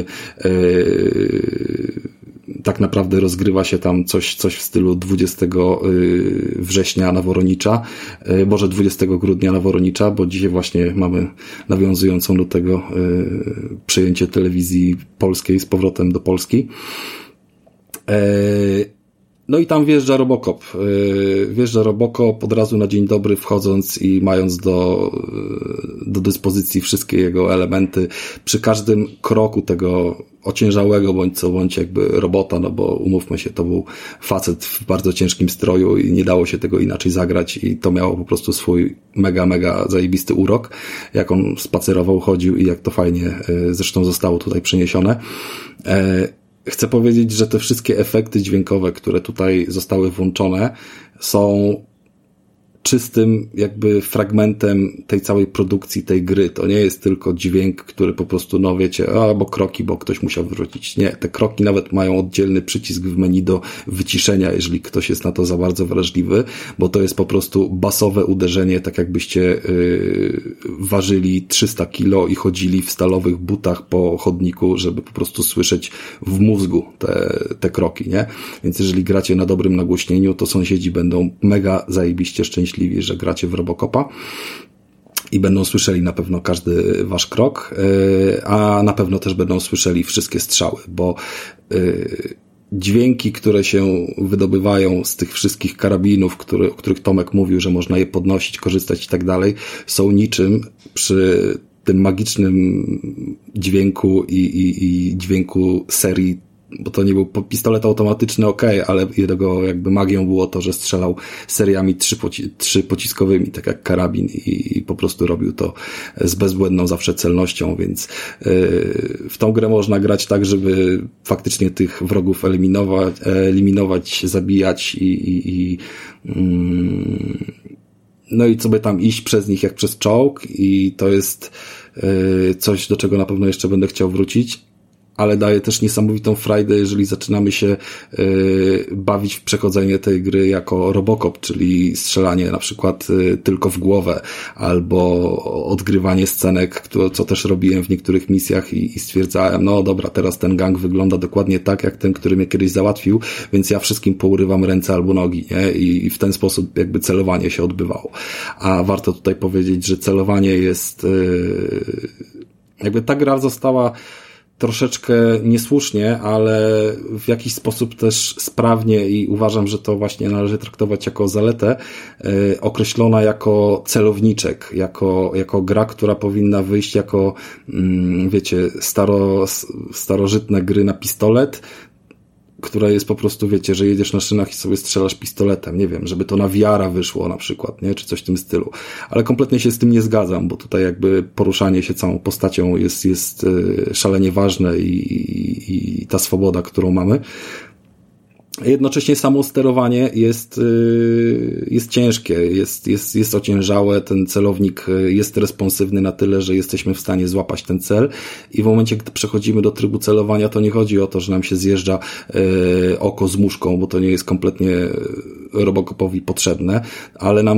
Speaker 2: tak naprawdę rozgrywa się tam coś w stylu 20 września na Woronicza, może 20 grudnia na Woronicza, bo dzisiaj właśnie mamy nawiązującą do tego przejęcie telewizji polskiej z powrotem do Polski. No i tam wjeżdża Robocop. Wjeżdża Robocop od razu na dzień dobry wchodząc i mając do dyspozycji wszystkie jego elementy. Przy każdym kroku tego ociężałego bądź co bądź jakby robota, no bo umówmy się, to był facet w bardzo ciężkim stroju i nie dało się tego inaczej zagrać i to miało po prostu swój mega zajebisty urok, jak on spacerował, chodził i jak to fajnie zresztą zostało tutaj przeniesione. Chcę powiedzieć, że te wszystkie efekty dźwiękowe, które tutaj zostały włączone, są czystym jakby fragmentem tej całej produkcji tej gry. To nie jest tylko dźwięk, który po prostu, no wiecie, albo kroki, bo ktoś musiał wrócić. Nie, te kroki nawet mają oddzielny przycisk w menu do wyciszenia, jeżeli ktoś jest na to za bardzo wrażliwy, bo to jest po prostu basowe uderzenie, tak jakbyście ważyli 300 kilo i chodzili w stalowych butach po chodniku, żeby po prostu słyszeć w mózgu te kroki, nie? Więc jeżeli gracie na dobrym nagłośnieniu, to sąsiedzi będą mega zajebiście szczęśliwi, że gracie w Robocopa i będą słyszeli na pewno każdy wasz krok, a na pewno też będą słyszeli wszystkie strzały, bo dźwięki, które się wydobywają z tych wszystkich karabinów, o których Tomek mówił, że można je podnosić, korzystać i tak dalej, są niczym przy tym magicznym dźwięku i dźwięku serii, bo to nie był pistolet automatyczny, ale jego jakby magią było to, że strzelał seriami 3 pociskowymi, tak jak karabin i po prostu robił to z bezbłędną zawsze celnością, więc w tą grę można grać tak, żeby faktycznie tych wrogów eliminować, zabijać no i sobie tam iść przez nich jak przez czołg i to jest coś, do czego na pewno jeszcze będę chciał wrócić. Ale daje też niesamowitą frajdę, jeżeli zaczynamy się bawić w przechodzenie tej gry jako Robocop, czyli strzelanie na przykład tylko w głowę, albo odgrywanie scenek, co też robiłem w niektórych misjach i stwierdzałem, no dobra, teraz ten gang wygląda dokładnie tak, jak ten, który mnie kiedyś załatwił, więc ja wszystkim pourywam ręce albo nogi, nie? I w ten sposób jakby celowanie się odbywało. A warto tutaj powiedzieć, że celowanie jest jakby ta gra została troszeczkę niesłusznie, ale w jakiś sposób też sprawnie i uważam, że to właśnie należy traktować jako zaletę, określona jako celowniczek, jako gra, która powinna wyjść jako, wiecie, starożytne gry na pistolet, która jest po prostu, wiecie, że jedziesz na szynach i sobie strzelasz pistoletem, nie wiem, żeby to na VR-a wyszło na przykład, nie, czy coś w tym stylu. Ale kompletnie się z tym nie zgadzam, bo tutaj jakby poruszanie się całą postacią jest szalenie ważne i ta swoboda, którą mamy. Jednocześnie samo sterowanie jest ciężkie, jest ociężałe, ten celownik jest responsywny na tyle, że jesteśmy w stanie złapać ten cel i w momencie, gdy przechodzimy do trybu celowania, to nie chodzi o to, że nam się zjeżdża oko z muszką, bo to nie jest kompletnie Robocopowi potrzebne, ale nam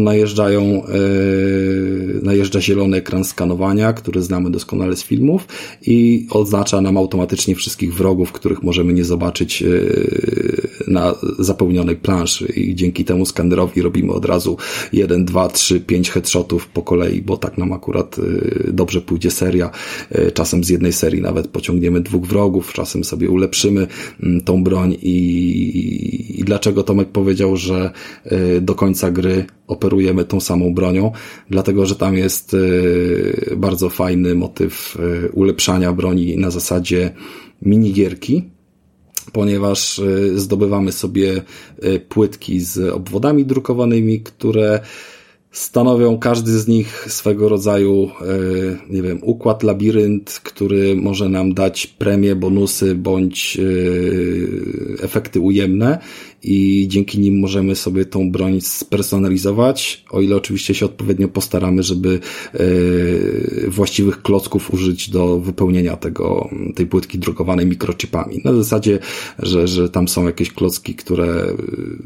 Speaker 2: najeżdża zielony ekran skanowania, który znamy doskonale z filmów i oznacza nam automatycznie wszystkich wrogów, których możemy nie zobaczyć na zapełnionej planszy i dzięki temu skanerowi robimy od razu 1, 2, 3, 5 headshotów po kolei, bo tak nam akurat dobrze pójdzie seria. Czasem z jednej serii nawet pociągniemy 2 wrogów, czasem sobie ulepszymy tą broń i dlaczego Tomek powiedział, że do końca gry operujemy tą samą bronią? Dlatego, że tam jest bardzo fajny motyw ulepszania broni na zasadzie minigierki, ponieważ zdobywamy sobie płytki z obwodami drukowanymi, które stanowią każdy z nich swego rodzaju, nie wiem, układ, labirynt, który może nam dać premie, bonusy bądź efekty ujemne i dzięki nim możemy sobie tą broń spersonalizować, o ile oczywiście się odpowiednio postaramy, żeby właściwych klocków użyć do wypełnienia tej płytki drukowanej mikrochipami. Na zasadzie, że tam są jakieś klocki, które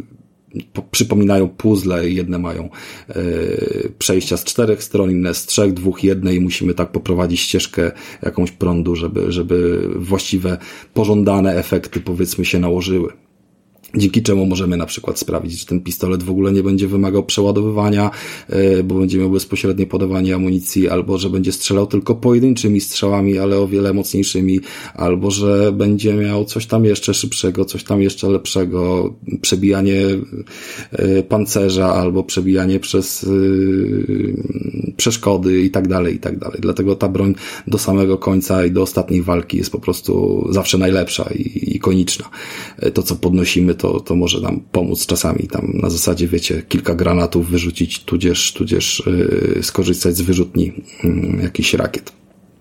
Speaker 2: przypominają puzzle, jedne mają przejścia z 4 stron, inne z 3, 2, 1 i musimy tak poprowadzić ścieżkę jakąś prądu, żeby właściwe, pożądane efekty, powiedzmy, się nałożyły. Dzięki czemu możemy na przykład sprawić, że ten pistolet w ogóle nie będzie wymagał przeładowywania, bo będzie miał bezpośrednie podawanie amunicji, albo że będzie strzelał tylko pojedynczymi strzałami, ale o wiele mocniejszymi, albo że będzie miał coś tam jeszcze szybszego, coś tam jeszcze lepszego, przebijanie pancerza, albo przebijanie przez przeszkody i tak dalej, i tak dalej. Dlatego ta broń do samego końca i do ostatniej walki jest po prostu zawsze najlepsza i ikoniczna. To, co podnosimy, to może nam pomóc czasami tam na zasadzie, wiecie, kilka granatów wyrzucić, tudzież skorzystać z wyrzutni jakichś rakiet.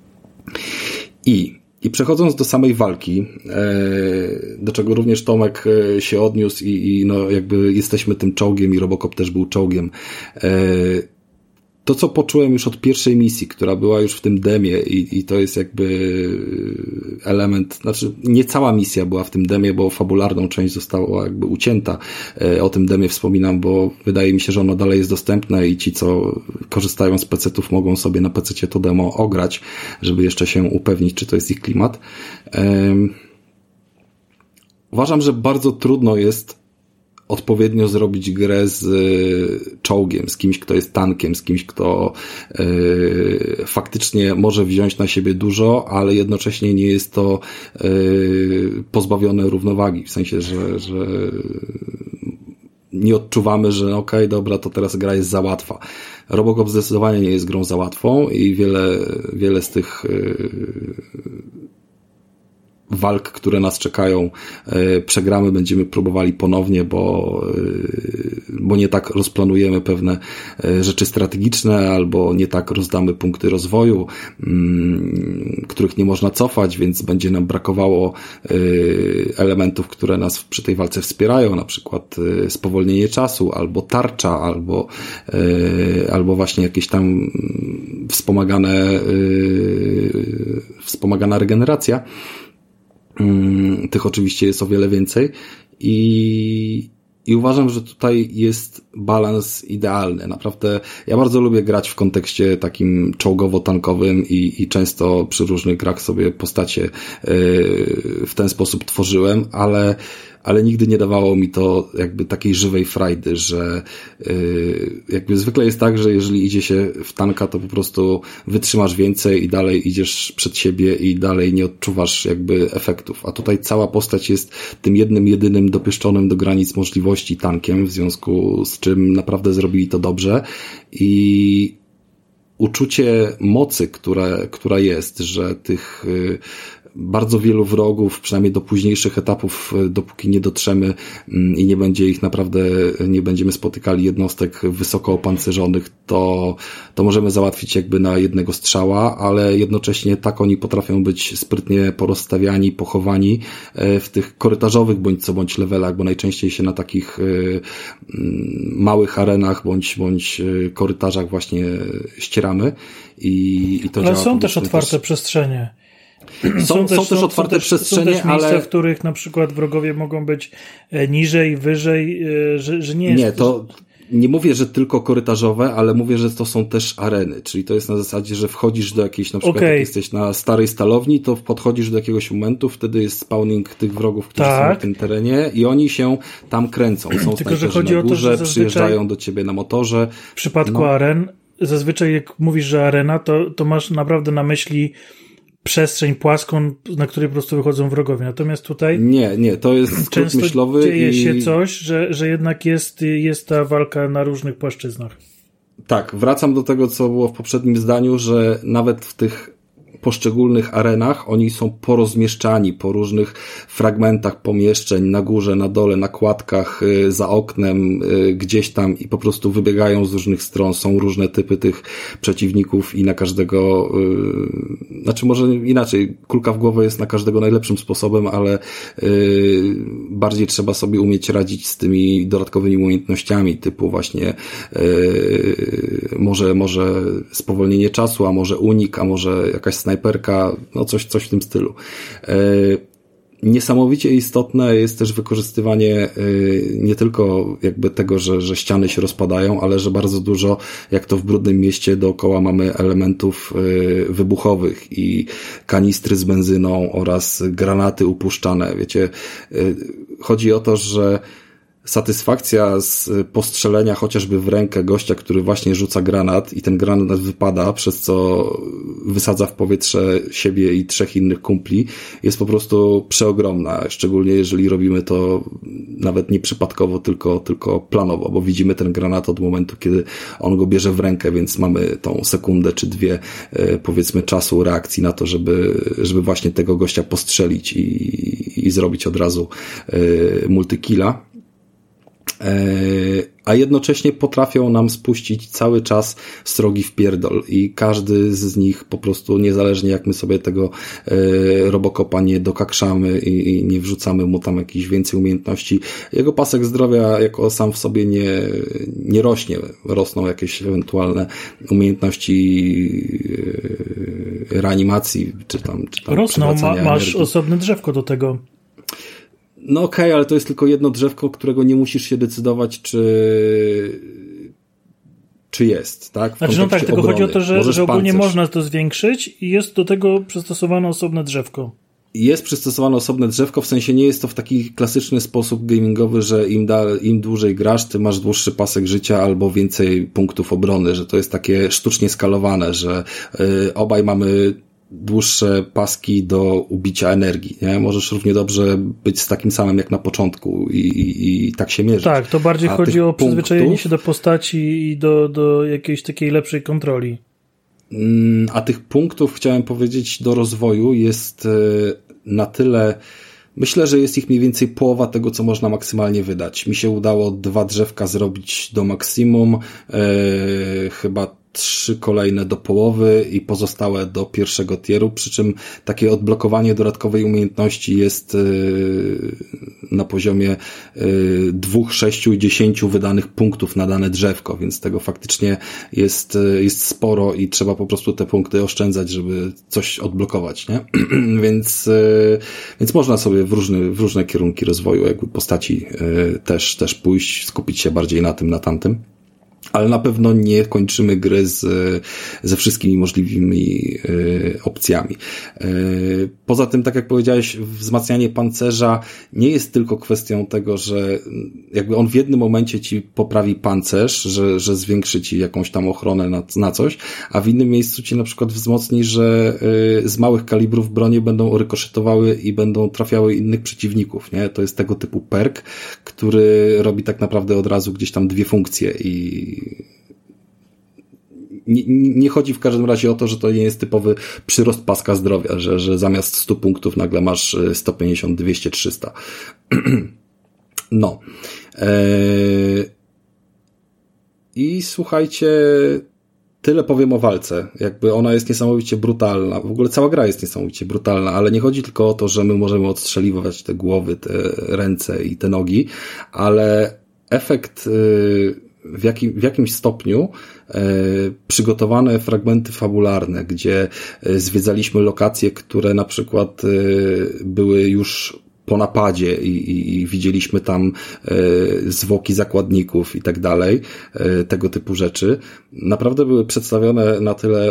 Speaker 2: I przechodząc do samej walki, do czego również Tomek się odniósł i no jakby jesteśmy tym czołgiem i Robocop też był czołgiem. To, co poczułem już od pierwszej misji, która była już w tym demie i to jest jakby element, znaczy nie cała misja była w tym demie, bo fabularną część została jakby ucięta. O tym demie wspominam, bo wydaje mi się, że ono dalej jest dostępne i ci, co korzystają z PC-ów, mogą sobie na PC-cie to demo ograć, żeby jeszcze się upewnić, czy to jest ich klimat. Uważam, że bardzo trudno jest odpowiednio zrobić grę z czołgiem, z kimś, kto jest tankiem, z kimś, kto faktycznie może wziąć na siebie dużo, ale jednocześnie nie jest to pozbawione równowagi, w sensie, że nie odczuwamy, że okej, dobra, to teraz gra jest za łatwa. Robocop zdecydowanie nie jest grą za łatwą i wiele z tych walk, które nas czekają, przegramy, będziemy próbowali ponownie, bo nie tak rozplanujemy pewne rzeczy strategiczne, albo nie tak rozdamy punkty rozwoju, których nie można cofać, więc będzie nam brakowało elementów, które nas przy tej walce wspierają, na przykład spowolnienie czasu, albo tarcza, albo właśnie jakieś tam wspomagana regeneracja. Tych oczywiście jest o wiele więcej i uważam, że tutaj jest balans idealny. Naprawdę ja bardzo lubię grać w kontekście takim czołgowo-tankowym i często przy różnych grach sobie postacie w ten sposób tworzyłem, ale nigdy nie dawało mi to jakby takiej żywej frajdy, że jakby zwykle jest tak, że jeżeli idzie się w tanka, to po prostu wytrzymasz więcej i dalej idziesz przed siebie i dalej nie odczuwasz jakby efektów. A tutaj cała postać jest tym jedynym dopieszczonym do granic możliwości tankiem, w związku z czym naprawdę zrobili to dobrze i uczucie mocy, która jest, że tych bardzo wielu wrogów, przynajmniej do późniejszych etapów, dopóki nie dotrzemy i nie będzie ich naprawdę, nie będziemy spotykali jednostek wysoko opancerzonych, to możemy załatwić jakby na jednego strzała, ale jednocześnie tak oni potrafią być sprytnie porozstawiani, pochowani w tych korytarzowych bądź levelach, bo najczęściej się na takich małych arenach bądź korytarzach właśnie ścieramy i to
Speaker 3: ale
Speaker 2: działa.
Speaker 3: są też otwarte przestrzenie.
Speaker 2: Są też otwarte przestrzenie,
Speaker 3: są też miejsca,
Speaker 2: ale
Speaker 3: w których na przykład wrogowie mogą być niżej, wyżej, że nie jest...
Speaker 2: Nie, to nie mówię, że tylko korytarzowe, ale mówię, że to są też areny, czyli to jest na zasadzie, że wchodzisz do jakiejś, na przykład jak jesteś na starej stalowni, to podchodzisz do jakiegoś momentu, wtedy jest spawning tych wrogów, którzy są w tym terenie i oni się tam kręcą. Są
Speaker 3: tylko, że
Speaker 2: chodzi
Speaker 3: na górze,
Speaker 2: o to, że przyjeżdżają do ciebie na motorze.
Speaker 3: W przypadku aren, zazwyczaj jak mówisz, że arena, to masz naprawdę na myśli przestrzeń płaską, na której po prostu wychodzą wrogowie. Natomiast tutaj
Speaker 2: nie, to jest skrót myślowy.
Speaker 3: Dzieje się coś, że jednak jest ta walka na różnych płaszczyznach.
Speaker 2: Tak, wracam do tego, co było w poprzednim zdaniu, że nawet w tych poszczególnych arenach oni są porozmieszczani po różnych fragmentach pomieszczeń, na górze, na dole, na kładkach, za oknem, gdzieś tam i po prostu wybiegają z różnych stron. Są różne typy tych przeciwników i na każdego, znaczy może inaczej, kulka w głowę jest na każdego najlepszym sposobem, ale bardziej trzeba sobie umieć radzić z tymi dodatkowymi umiejętnościami typu właśnie może spowolnienie czasu, a może unik, a może jakaś snajperka, no coś w tym stylu. Niesamowicie istotne jest też wykorzystywanie nie tylko jakby tego, że ściany się rozpadają, ale że bardzo dużo, jak to w Brudnym Mieście, dookoła mamy elementów wybuchowych i kanistry z benzyną oraz granaty upuszczane. Wiecie, chodzi o to, że satysfakcja z postrzelenia chociażby w rękę gościa, który właśnie rzuca granat i ten granat wypada, przez co wysadza w powietrze siebie i 3 innych kumpli, jest po przeogromna, szczególnie jeżeli robimy to nawet nie przypadkowo, tylko planowo, bo widzimy ten granat od momentu, kiedy on go bierze w rękę, więc mamy tą sekundę czy 2 powiedzmy czasu reakcji na to, żeby właśnie tego gościa postrzelić i zrobić od razu multikilla. A jednocześnie potrafią nam spuścić cały czas srogi wpierdol i każdy z nich po prostu, niezależnie jak my sobie tego Robocopa nie dokakrzamy i nie wrzucamy mu tam jakichś więcej umiejętności, jego pasek zdrowia jako sam w sobie nie rośnie. Rosną jakieś ewentualne umiejętności reanimacji, czy tam
Speaker 3: rosną, masz osobne drzewko do tego.
Speaker 2: No okej, ale to jest tylko jedno drzewko, którego nie musisz się decydować, czy jest, tak?
Speaker 3: Znaczy no tak, tylko chodzi o to, że ogólnie można to zwiększyć i jest do tego przystosowane osobne drzewko.
Speaker 2: Jest przystosowane osobne drzewko, w sensie nie jest to w taki klasyczny sposób gamingowy, że im dłużej grasz, ty masz dłuższy pasek życia albo więcej punktów obrony, że to jest takie sztucznie skalowane, że obaj mamy dłuższe paski do ubicia energii, nie? Możesz równie dobrze być z takim samym jak na początku i tak się mierzyć.
Speaker 3: Tak, to bardziej chodzi o przyzwyczajenie się do postaci i do jakiejś takiej lepszej kontroli.
Speaker 2: A tych punktów, chciałem powiedzieć, do rozwoju jest na tyle, myślę, że jest ich mniej więcej połowa tego, co można maksymalnie wydać. Mi się udało 2 drzewka zrobić do maksimum, chyba 3 kolejne do połowy i pozostałe do pierwszego tieru, przy czym takie odblokowanie dodatkowej umiejętności jest na poziomie 2, 6 i 10 wydanych punktów na dane drzewko, więc tego faktycznie jest sporo i trzeba po prostu te punkty oszczędzać, żeby coś odblokować, nie? więc można sobie w różne kierunki rozwoju jakby postaci też pójść, skupić się bardziej na tym, na tamtym. Ale na pewno nie kończymy gry ze wszystkimi możliwymi opcjami. Poza tym, tak jak powiedziałeś, wzmacnianie pancerza nie jest tylko kwestią tego, że jakby on w jednym momencie ci poprawi pancerz, że zwiększy ci jakąś tam ochronę na coś, a w innym miejscu ci na przykład wzmocni, że z małych kalibrów bronie będą rykoszetowały i będą trafiały innych przeciwników, nie? To jest tego typu perk, który robi tak naprawdę od razu gdzieś tam 2 funkcje i nie chodzi w każdym razie o to, że to nie jest typowy przyrost paska zdrowia, że zamiast 100 punktów nagle masz 150, 200, 300. No. I słuchajcie, tyle powiem o walce. Jakby ona jest niesamowicie brutalna. W ogóle cała gra jest niesamowicie brutalna, ale nie chodzi tylko o to, że my możemy odstrzeliwać te głowy, te ręce i te nogi, ale efekt w jakimś stopniu przygotowane fragmenty fabularne, gdzie zwiedzaliśmy lokacje, które na przykład były już po napadzie i widzieliśmy tam zwłoki zakładników i tak dalej, tego typu rzeczy, naprawdę były przedstawione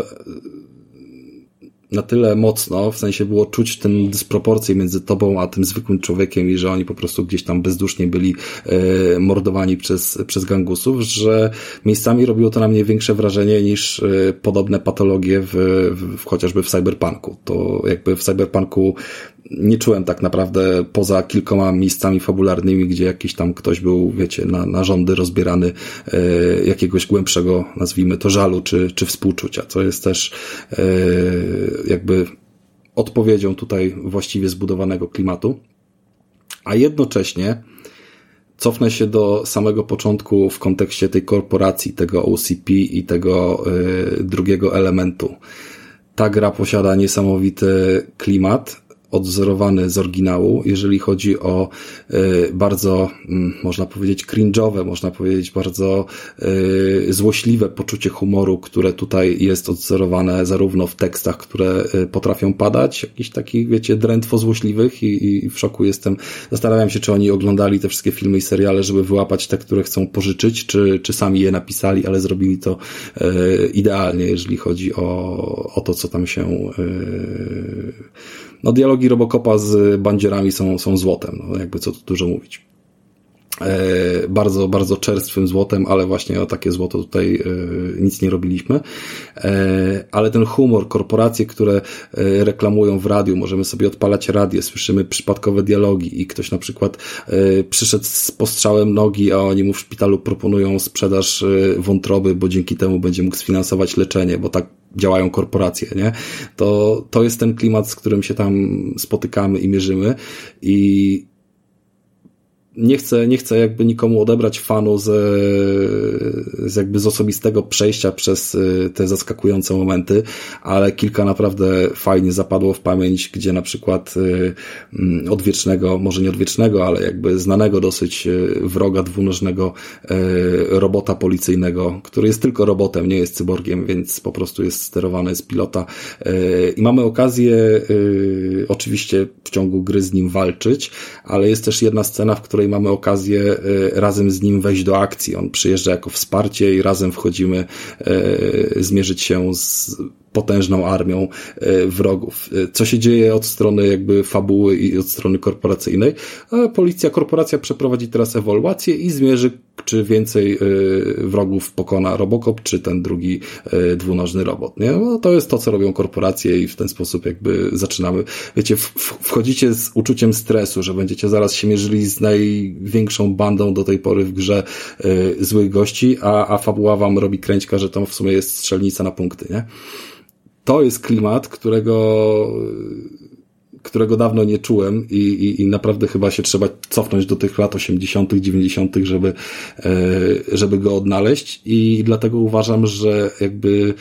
Speaker 2: na tyle mocno, w sensie było czuć tę dysproporcję między tobą a tym zwykłym człowiekiem i że oni po prostu gdzieś tam bezdusznie byli mordowani przez gangusów, że miejscami robiło to na mnie większe wrażenie niż podobne patologie chociażby w Cyberpunku. To jakby w Cyberpunku nie czułem tak naprawdę poza kilkoma miejscami fabularnymi, gdzie jakiś tam ktoś był, wiecie, na rządy rozbierany jakiegoś głębszego, nazwijmy to, żalu czy współczucia, co jest też jakby odpowiedzią tutaj właściwie zbudowanego klimatu. A jednocześnie cofnę się do samego początku w kontekście tej korporacji, tego OCP i tego drugiego elementu. Ta gra posiada niesamowity klimat, odwzorowany z oryginału, jeżeli chodzi o bardzo, można powiedzieć, cringe'owe, można powiedzieć bardzo złośliwe poczucie humoru, które tutaj jest odwzorowane zarówno w tekstach, które potrafią padać, jakichś takich, wiecie, drętwo złośliwych i w szoku jestem. Zastanawiam się, czy oni oglądali te wszystkie filmy i seriale, żeby wyłapać te, które chcą pożyczyć, czy sami je napisali, ale zrobili to idealnie, jeżeli chodzi o to, co tam się... No, dialogi Robocopa z bandzierami są złotem, no, jakby co tu dużo mówić. Bardzo, bardzo czerstwym złotem, ale właśnie o takie złoto tutaj nic nie robiliśmy. Ale ten humor, korporacje, które reklamują w radiu, możemy sobie odpalać radio, słyszymy przypadkowe dialogi i ktoś na przykład przyszedł z postrzałem nogi, a oni mu w szpitalu proponują sprzedaż wątroby, bo dzięki temu będzie mógł sfinansować leczenie, bo tak działają korporacje, nie? To jest ten klimat, z którym się tam spotykamy i mierzymy i nie chcę jakby nikomu odebrać fanu z osobistego przejścia przez te zaskakujące momenty, ale kilka naprawdę fajnie zapadło w pamięć, gdzie na przykład odwiecznego, może nie odwiecznego, ale jakby znanego dosyć wroga dwunożnego robota policyjnego, który jest tylko robotem, nie jest cyborgiem, więc po prostu jest sterowany z pilota i mamy okazję oczywiście w ciągu gry z nim walczyć, ale jest też jedna scena, w której mamy okazję razem z nim wejść do akcji. On przyjeżdża jako wsparcie i razem wchodzimy zmierzyć się z potężną armią wrogów. Co się dzieje od strony jakby fabuły i od strony korporacyjnej? Korporacja przeprowadzi teraz ewaluację i zmierzy, czy więcej wrogów pokona Robocop, czy ten drugi dwunożny robot, nie? No, to jest to, co robią korporacje i w ten sposób jakby zaczynamy. Wiecie, wchodzicie z uczuciem stresu, że będziecie zaraz się mierzyli z największą bandą do tej pory w grze złych gości, a fabuła wam robi kręćka, że tam w sumie jest strzelnica na punkty, nie? To jest klimat, którego dawno nie czułem i naprawdę chyba się trzeba cofnąć do tych lat 80., 90., żeby go odnaleźć i dlatego uważam, że jakby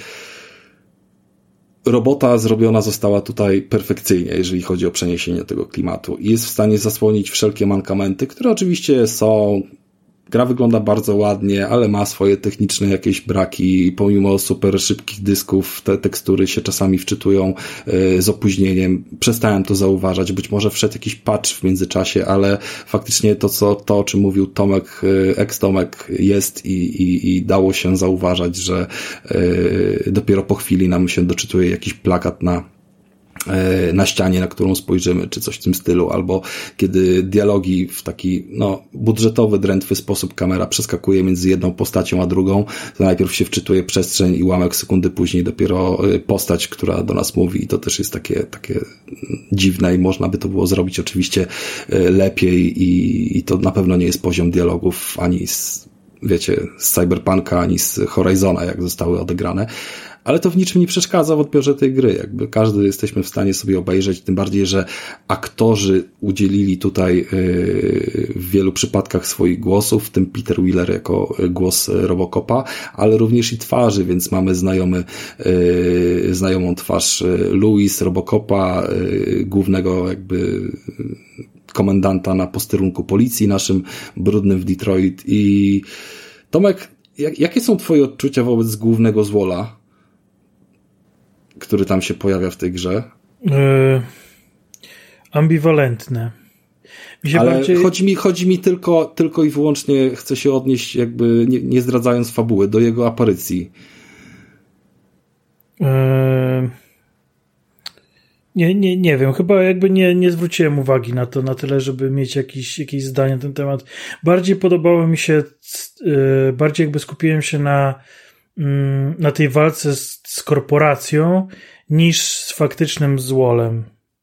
Speaker 2: robota zrobiona została tutaj perfekcyjnie, jeżeli chodzi o przeniesienie tego klimatu i jest w stanie zasłonić wszelkie mankamenty, które oczywiście są. Gra wygląda bardzo ładnie, ale ma swoje techniczne jakieś braki. Pomimo super szybkich dysków, te tekstury się czasami wczytują z opóźnieniem. Przestałem to zauważać. Być może wszedł jakiś patch w międzyczasie, ale faktycznie to o czym mówił Tomek, ex-Tomek jest i dało się zauważać, że dopiero po chwili nam się doczytuje jakiś plakat na ścianie, na którą spojrzymy, czy coś w tym stylu, albo kiedy dialogi w taki, budżetowy, drętwy sposób kamera przeskakuje między jedną postacią a drugą, to najpierw się wczytuje przestrzeń i ułamek sekundy później dopiero postać, która do nas mówi i to też jest takie dziwne i można by to było zrobić oczywiście lepiej i to na pewno nie jest poziom dialogów ani z Cyberpunka, ani z Horizona, jak zostały odegrane. Ale to w niczym nie przeszkadza w odbiorze tej gry. Jakby każdy jesteśmy w stanie sobie obejrzeć, tym bardziej, że aktorzy udzielili tutaj w wielu przypadkach swoich głosów, w tym Peter Wheeler jako głos Robocopa, ale również i twarzy, więc mamy znajomą twarz Louis, Robocopa, głównego jakby komendanta na posterunku policji naszym brudnym w Detroit. I Tomek, jakie są twoje odczucia wobec głównego złola, który tam się pojawia w tej grze?
Speaker 3: Ambiwalentne.
Speaker 2: Ale chodzi mi tylko i wyłącznie, chcę się odnieść jakby nie zdradzając fabuły, do jego aparycji.
Speaker 3: Nie wiem, chyba jakby nie zwróciłem uwagi na to na tyle, żeby mieć jakieś zdanie na ten temat. Bardziej podobało mi się, bardziej jakby skupiłem się na tej walce z korporacją niż z faktycznym złolem.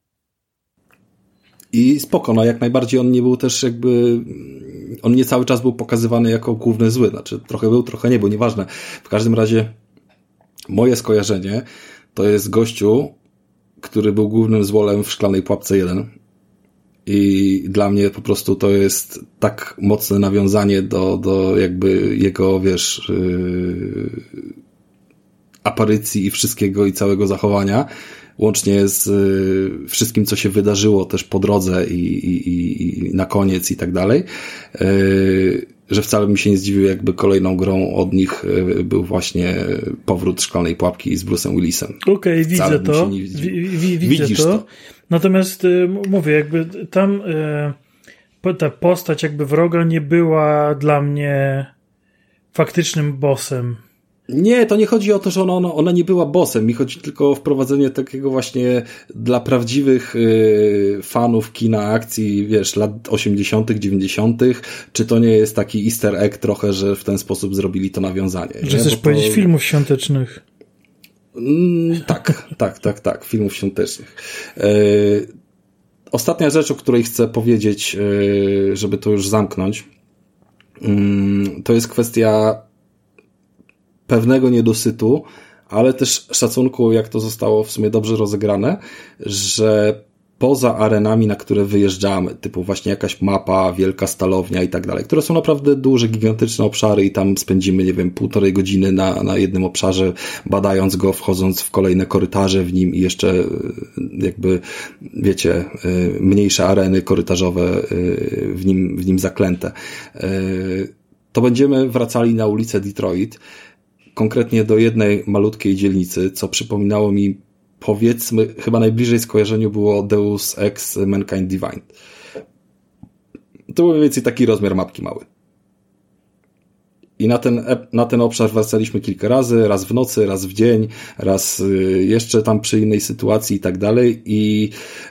Speaker 2: I spoko, jak najbardziej on nie był też jakby, on nie cały czas był pokazywany jako główny zły, znaczy trochę był, trochę nie był, nieważne. W każdym razie moje skojarzenie to jest gościu, który był głównym złolem w Szklanej Pułapce 1. I dla mnie po prostu to jest tak mocne nawiązanie do jakby jego, aparycji i wszystkiego i całego zachowania, łącznie z wszystkim, co się wydarzyło też po drodze i na koniec i tak dalej, że wcale bym się nie zdziwił, jakby kolejną grą od nich był właśnie powrót Szklanej Pułapki z Bruce'em Willisem.
Speaker 3: Okej, widzę to. Widzę to. Natomiast mówię, jakby tam ta postać jakby wroga nie była dla mnie faktycznym bossem.
Speaker 2: Nie, to nie chodzi o to, że ona nie była bossem. Mi chodzi tylko o wprowadzenie takiego właśnie dla prawdziwych fanów kina akcji, wiesz, lat 80., 90., czy to nie jest taki easter egg trochę, że w ten sposób zrobili to nawiązanie.
Speaker 3: Że chcesz powiedzieć filmów świątecznych.
Speaker 2: Tak, filmów świątecznych. Ostatnia rzecz, o której chcę powiedzieć, żeby to już zamknąć, to jest kwestia pewnego niedosytu, ale też szacunku, jak to zostało w sumie dobrze rozegrane, że poza arenami, na które wyjeżdżamy, typu właśnie jakaś mapa, wielka stalownia i tak dalej, które są naprawdę duże, gigantyczne obszary i tam spędzimy, nie wiem, 1,5 godziny na jednym obszarze, badając go, wchodząc w kolejne korytarze w nim i jeszcze jakby, wiecie, mniejsze areny korytarzowe w nim zaklęte. To będziemy wracali na ulicę Detroit, konkretnie do jednej malutkiej dzielnicy, co przypominało mi, powiedzmy, chyba najbliżej skojarzeniu było Deus Ex Mankind Divine. To był mniej więcej taki rozmiar mapki mały. I na ten obszar wracaliśmy kilka razy, raz w nocy, raz w dzień, raz jeszcze tam przy innej sytuacji i tak dalej. I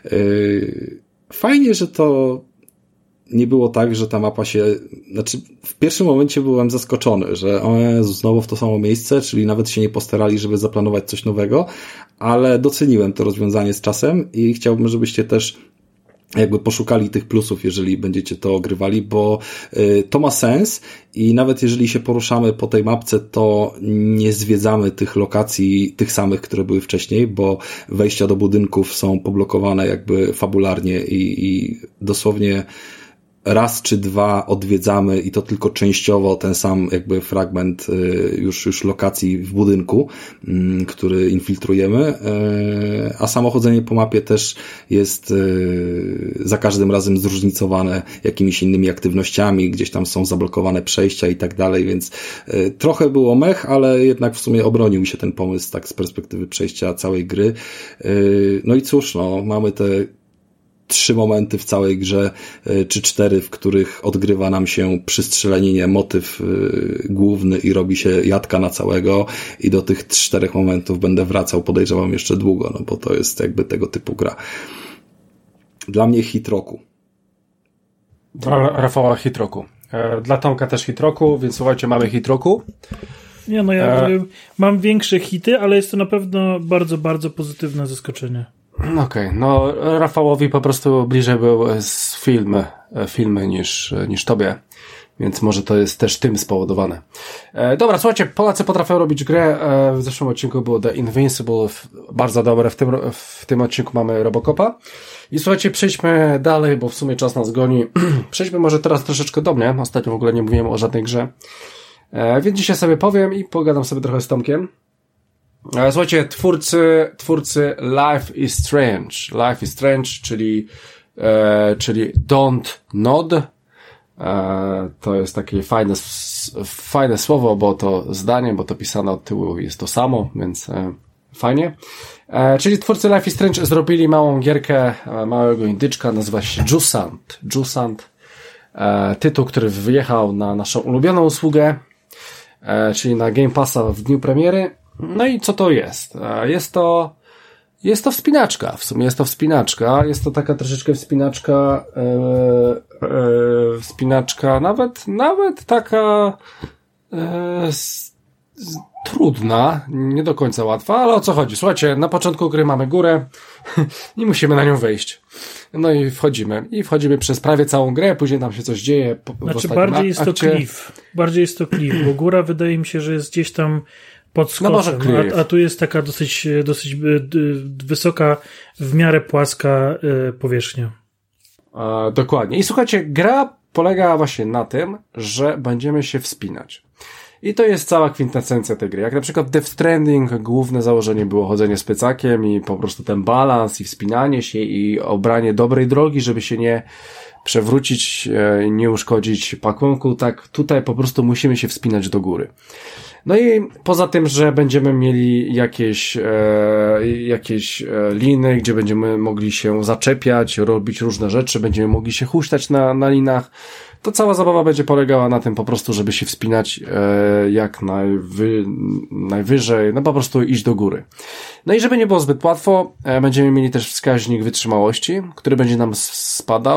Speaker 2: fajnie, że to nie było tak, że ta mapa znaczy w pierwszym momencie byłem zaskoczony, że o Jezu, znowu w to samo miejsce, czyli nawet się nie postarali, żeby zaplanować coś nowego, ale doceniłem to rozwiązanie z czasem i chciałbym, żebyście też jakby poszukali tych plusów, jeżeli będziecie to ogrywali, bo to ma sens i nawet jeżeli się poruszamy po tej mapce, to nie zwiedzamy tych lokacji, tych samych, które były wcześniej, bo wejścia do budynków są poblokowane jakby fabularnie i dosłownie raz czy dwa odwiedzamy i to tylko częściowo ten sam jakby fragment już lokacji w budynku, który infiltrujemy, a samochodzenie po mapie też jest za każdym razem zróżnicowane jakimiś innymi aktywnościami, gdzieś tam są zablokowane przejścia i tak dalej, więc trochę było mech, ale jednak w sumie obronił mi się ten pomysł tak z perspektywy przejścia całej gry. No i cóż, mamy te 3 momenty w całej grze, czy 4, w których odgrywa nam się przy strzelaninie motyw główny i robi się jadka na całego i do tych 4 momentów będę wracał, podejrzewam, jeszcze długo, bo to jest jakby tego typu gra. Dla mnie hit roku.
Speaker 1: Dla Rafała hit roku. Dla Tomka też hit roku, więc słuchajcie, mamy hit roku.
Speaker 3: Nie, ja mam większe hity, ale jest to na pewno bardzo, bardzo pozytywne zaskoczenie.
Speaker 1: Okej, Rafałowi po prostu bliżej był filmy niż tobie, więc może to jest też tym spowodowane. Dobra, słuchajcie, Polacy potrafią robić grę, w zeszłym odcinku było The Invincible, bardzo dobre, w tym odcinku mamy Robocopa i słuchajcie, przejdźmy dalej, bo w sumie czas nas goni. Przejdźmy może teraz troszeczkę do mnie, ostatnio w ogóle nie mówiłem o żadnej grze, więc dzisiaj sobie powiem i pogadam sobie trochę z Tomkiem. Słuchajcie, twórcy Life is Strange, czyli Don't Nod. To jest takie fajne słowo, bo to zdanie, bo to pisane od tyłu jest to samo, więc fajnie. Czyli twórcy Life is Strange zrobili małą gierkę małego indyczka, nazywa się Jusant. Tytuł, który wyjechał na naszą ulubioną usługę, czyli na Game Passa w dniu premiery. No i co to jest? Jest to wspinaczka. W sumie jest to wspinaczka. Jest to taka troszeczkę wspinaczka nawet taka trudna, nie do końca łatwa, ale o co chodzi? Słuchajcie, na początku gry mamy górę i musimy na nią wejść. No i wchodzimy przez prawie całą grę, później tam się coś dzieje.
Speaker 3: Znaczy bardziej jest to klif, bo góra wydaje mi się, że jest gdzieś tam pod skoczem, a tu jest taka dosyć wysoka, w miarę płaska powierzchnia.
Speaker 1: Dokładnie. I słuchajcie, gra polega właśnie na tym, że będziemy się wspinać. I to jest cała kwintesencja tej gry. Jak na przykład Death Stranding, główne założenie było chodzenie z plecakiem i po prostu ten balans i wspinanie się i obranie dobrej drogi, żeby się nie przewrócić, nie uszkodzić pakunku, tak tutaj po prostu musimy się wspinać do góry. No i poza tym, że będziemy mieli jakieś liny, gdzie będziemy mogli się zaczepiać, robić różne rzeczy, będziemy mogli się huśtać na linach, to cała zabawa będzie polegała na tym po prostu, żeby się wspinać jak najwyżej, no po prostu iść do góry. No i żeby nie było zbyt łatwo, będziemy mieli też wskaźnik wytrzymałości, który będzie nam spadał,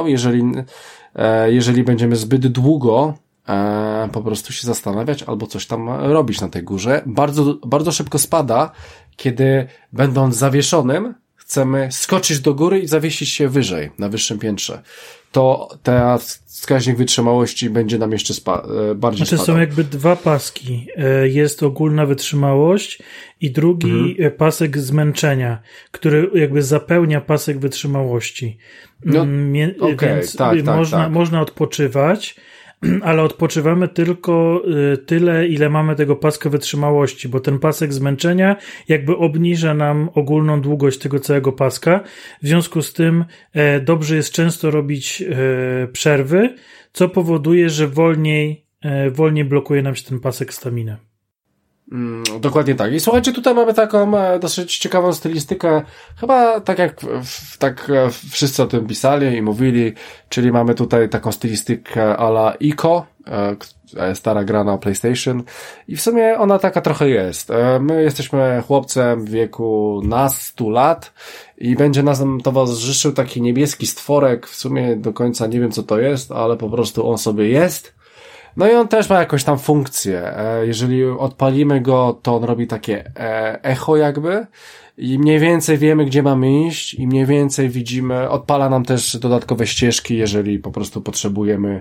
Speaker 1: jeżeli będziemy zbyt długo po prostu się zastanawiać albo coś tam robić na tej górze. Bardzo, bardzo szybko spada, kiedy będąc zawieszonym chcemy skoczyć do góry i zawiesić się wyżej, na wyższym piętrze. To ten wskaźnik wytrzymałości będzie nam jeszcze bardziej spadał.
Speaker 3: Są jakby dwa paski. Jest ogólna wytrzymałość i drugi pasek zmęczenia, który jakby zapełnia pasek wytrzymałości.
Speaker 1: No,
Speaker 3: więc
Speaker 1: tak.
Speaker 3: można odpoczywać, ale odpoczywamy tylko tyle, ile mamy tego paska wytrzymałości, bo ten pasek zmęczenia jakby obniża nam ogólną długość tego całego paska. W związku z tym dobrze jest często robić przerwy, co powoduje, że wolniej blokuje nam się ten pasek staminy.
Speaker 1: Dokładnie tak. I słuchajcie, tutaj mamy taką dosyć ciekawą stylistykę, chyba tak jak wszyscy o tym pisali i mówili, czyli mamy tutaj taką stylistykę a la Ico, stara gra na PlayStation i w sumie ona taka trochę jest. My jesteśmy chłopcem w wieku nastu lat i będzie nas towarzyszył taki niebieski stworek, w sumie do końca nie wiem co to jest, ale po prostu on sobie jest. No i on też ma jakąś tam funkcję. Jeżeli odpalimy go, to on robi takie echo jakby i mniej więcej wiemy, gdzie mamy iść i mniej więcej widzimy, odpala nam też dodatkowe ścieżki, jeżeli po prostu potrzebujemy,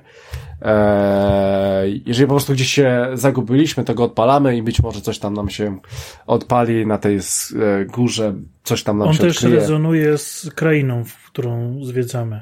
Speaker 1: jeżeli po prostu gdzieś się zagubiliśmy, to go odpalamy i być może coś tam nam się odpali na tej górze, coś tam nam się odkryje.
Speaker 3: On też rezonuje z krainą, w którą zwiedzamy.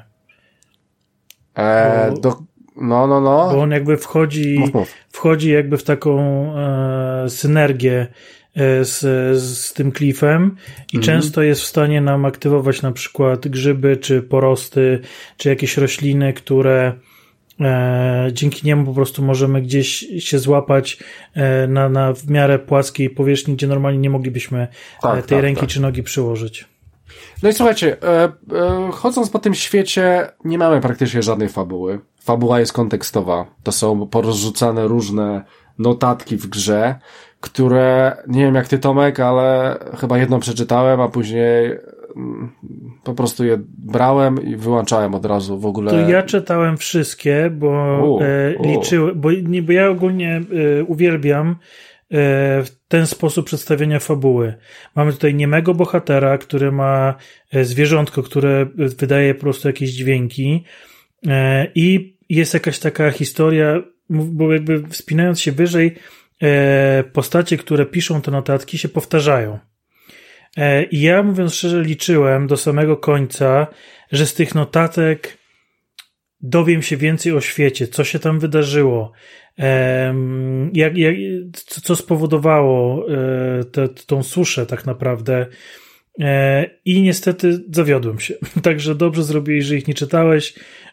Speaker 1: No.
Speaker 3: Bo on jakby wchodzi jakby w taką synergię z tym klifem i często jest w stanie nam aktywować na przykład grzyby, czy porosty, czy jakieś rośliny, które dzięki niemu po prostu możemy gdzieś się złapać na w miarę płaskiej powierzchni, gdzie normalnie nie moglibyśmy tej ręki czy nogi przyłożyć.
Speaker 1: No i słuchajcie, chodząc po tym świecie nie mamy praktycznie żadnej fabuły. Fabuła jest kontekstowa. To są porozrzucane różne notatki w grze, które, nie wiem jak ty Tomek, ale chyba jedną przeczytałem, a później po prostu je brałem i wyłączałem od razu w ogóle.
Speaker 3: To ja czytałem wszystkie, bo liczyłem, bo ja ogólnie uwielbiam w ten sposób przedstawienia fabuły. Mamy tutaj niemego bohatera, który ma zwierzątko, które wydaje po prostu jakieś dźwięki i jest jakaś taka historia, bo jakby wspinając się wyżej, postacie, które piszą te notatki, się powtarzają. I ja, mówiąc szczerze, liczyłem do samego końca, że z tych notatek dowiem się więcej o świecie, co się tam wydarzyło, co spowodowało tą suszę tak naprawdę. I niestety zawiodłem się. Także dobrze zrobiłeś, że ich nie czytałeś,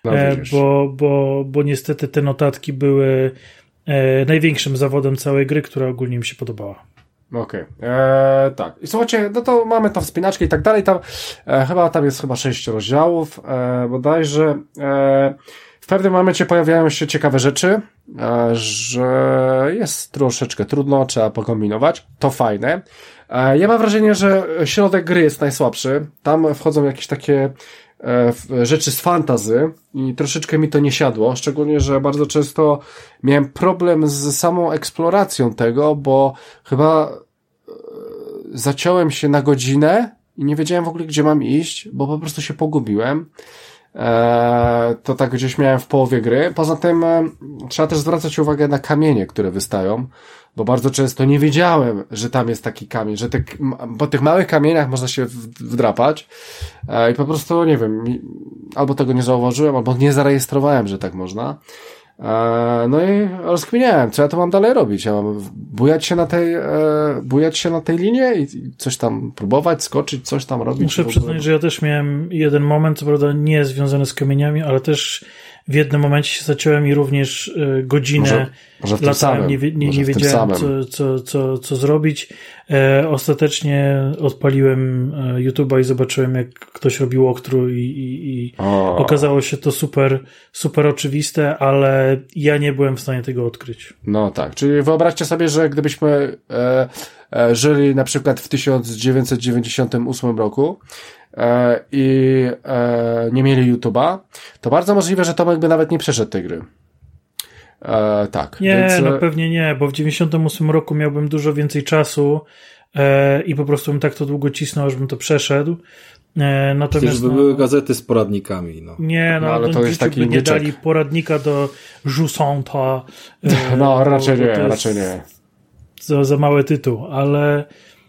Speaker 3: bo niestety te notatki były największym zawodem całej gry, która ogólnie mi się podobała.
Speaker 1: Okej. Tak. I słuchajcie, no to mamy tą wspinaczkę i tak dalej. Tam jest 6 rozdziałów, bodajże. W pewnym momencie pojawiają się ciekawe rzeczy, że jest troszeczkę trudno, trzeba pokombinować. To fajne. Ja mam wrażenie, że środek gry jest najsłabszy. Tam wchodzą jakieś takie rzeczy z fantasy i troszeczkę mi to nie siadło, szczególnie, że bardzo często miałem problem z samą eksploracją tego, bo chyba zaciąłem się na godzinę i nie wiedziałem w ogóle, gdzie mam iść, bo po prostu się pogubiłem. To tak gdzieś miałem w połowie gry. Poza tym trzeba też zwracać uwagę na kamienie, które wystają, bo bardzo często nie wiedziałem, że tam jest taki kamień, że po tych małych kamieniach można się wdrapać i po prostu, nie wiem, albo tego nie zauważyłem, albo nie zarejestrowałem, że tak można. No i rozkminiałem, co ja to mam dalej robić. Ja mam bujać się na tej linie i coś tam próbować, skoczyć, coś tam robić.
Speaker 3: Muszę przyznać, że ja też miałem jeden moment, co prawda nie związany z kamieniami, ale też w jednym momencie się zaciąłem i również godzinę
Speaker 1: może
Speaker 3: latałem, nie wiedziałem co zrobić. Ostatecznie odpaliłem YouTube'a i zobaczyłem, jak ktoś robił walkthrough i okazało się to super oczywiste, ale ja nie byłem w stanie tego odkryć.
Speaker 1: No tak, czyli wyobraźcie sobie, że gdybyśmy żyli na przykład w 1998 roku i nie mieli YouTube'a, to bardzo możliwe, że Tomek by nawet nie przeszedł tej gry. Tak.
Speaker 3: Nie,
Speaker 1: więc...
Speaker 3: no pewnie nie, bo w 98 roku miałbym dużo więcej czasu i po prostu bym tak to długo cisnął, aż bym to przeszedł. Natomiast
Speaker 2: przecież by były gazety z poradnikami. No.
Speaker 3: Nie,
Speaker 1: ale to jest taki
Speaker 3: by nie dali poradnika do Jusanta.
Speaker 1: No, raczej nie.
Speaker 3: Za mały tytuł, ale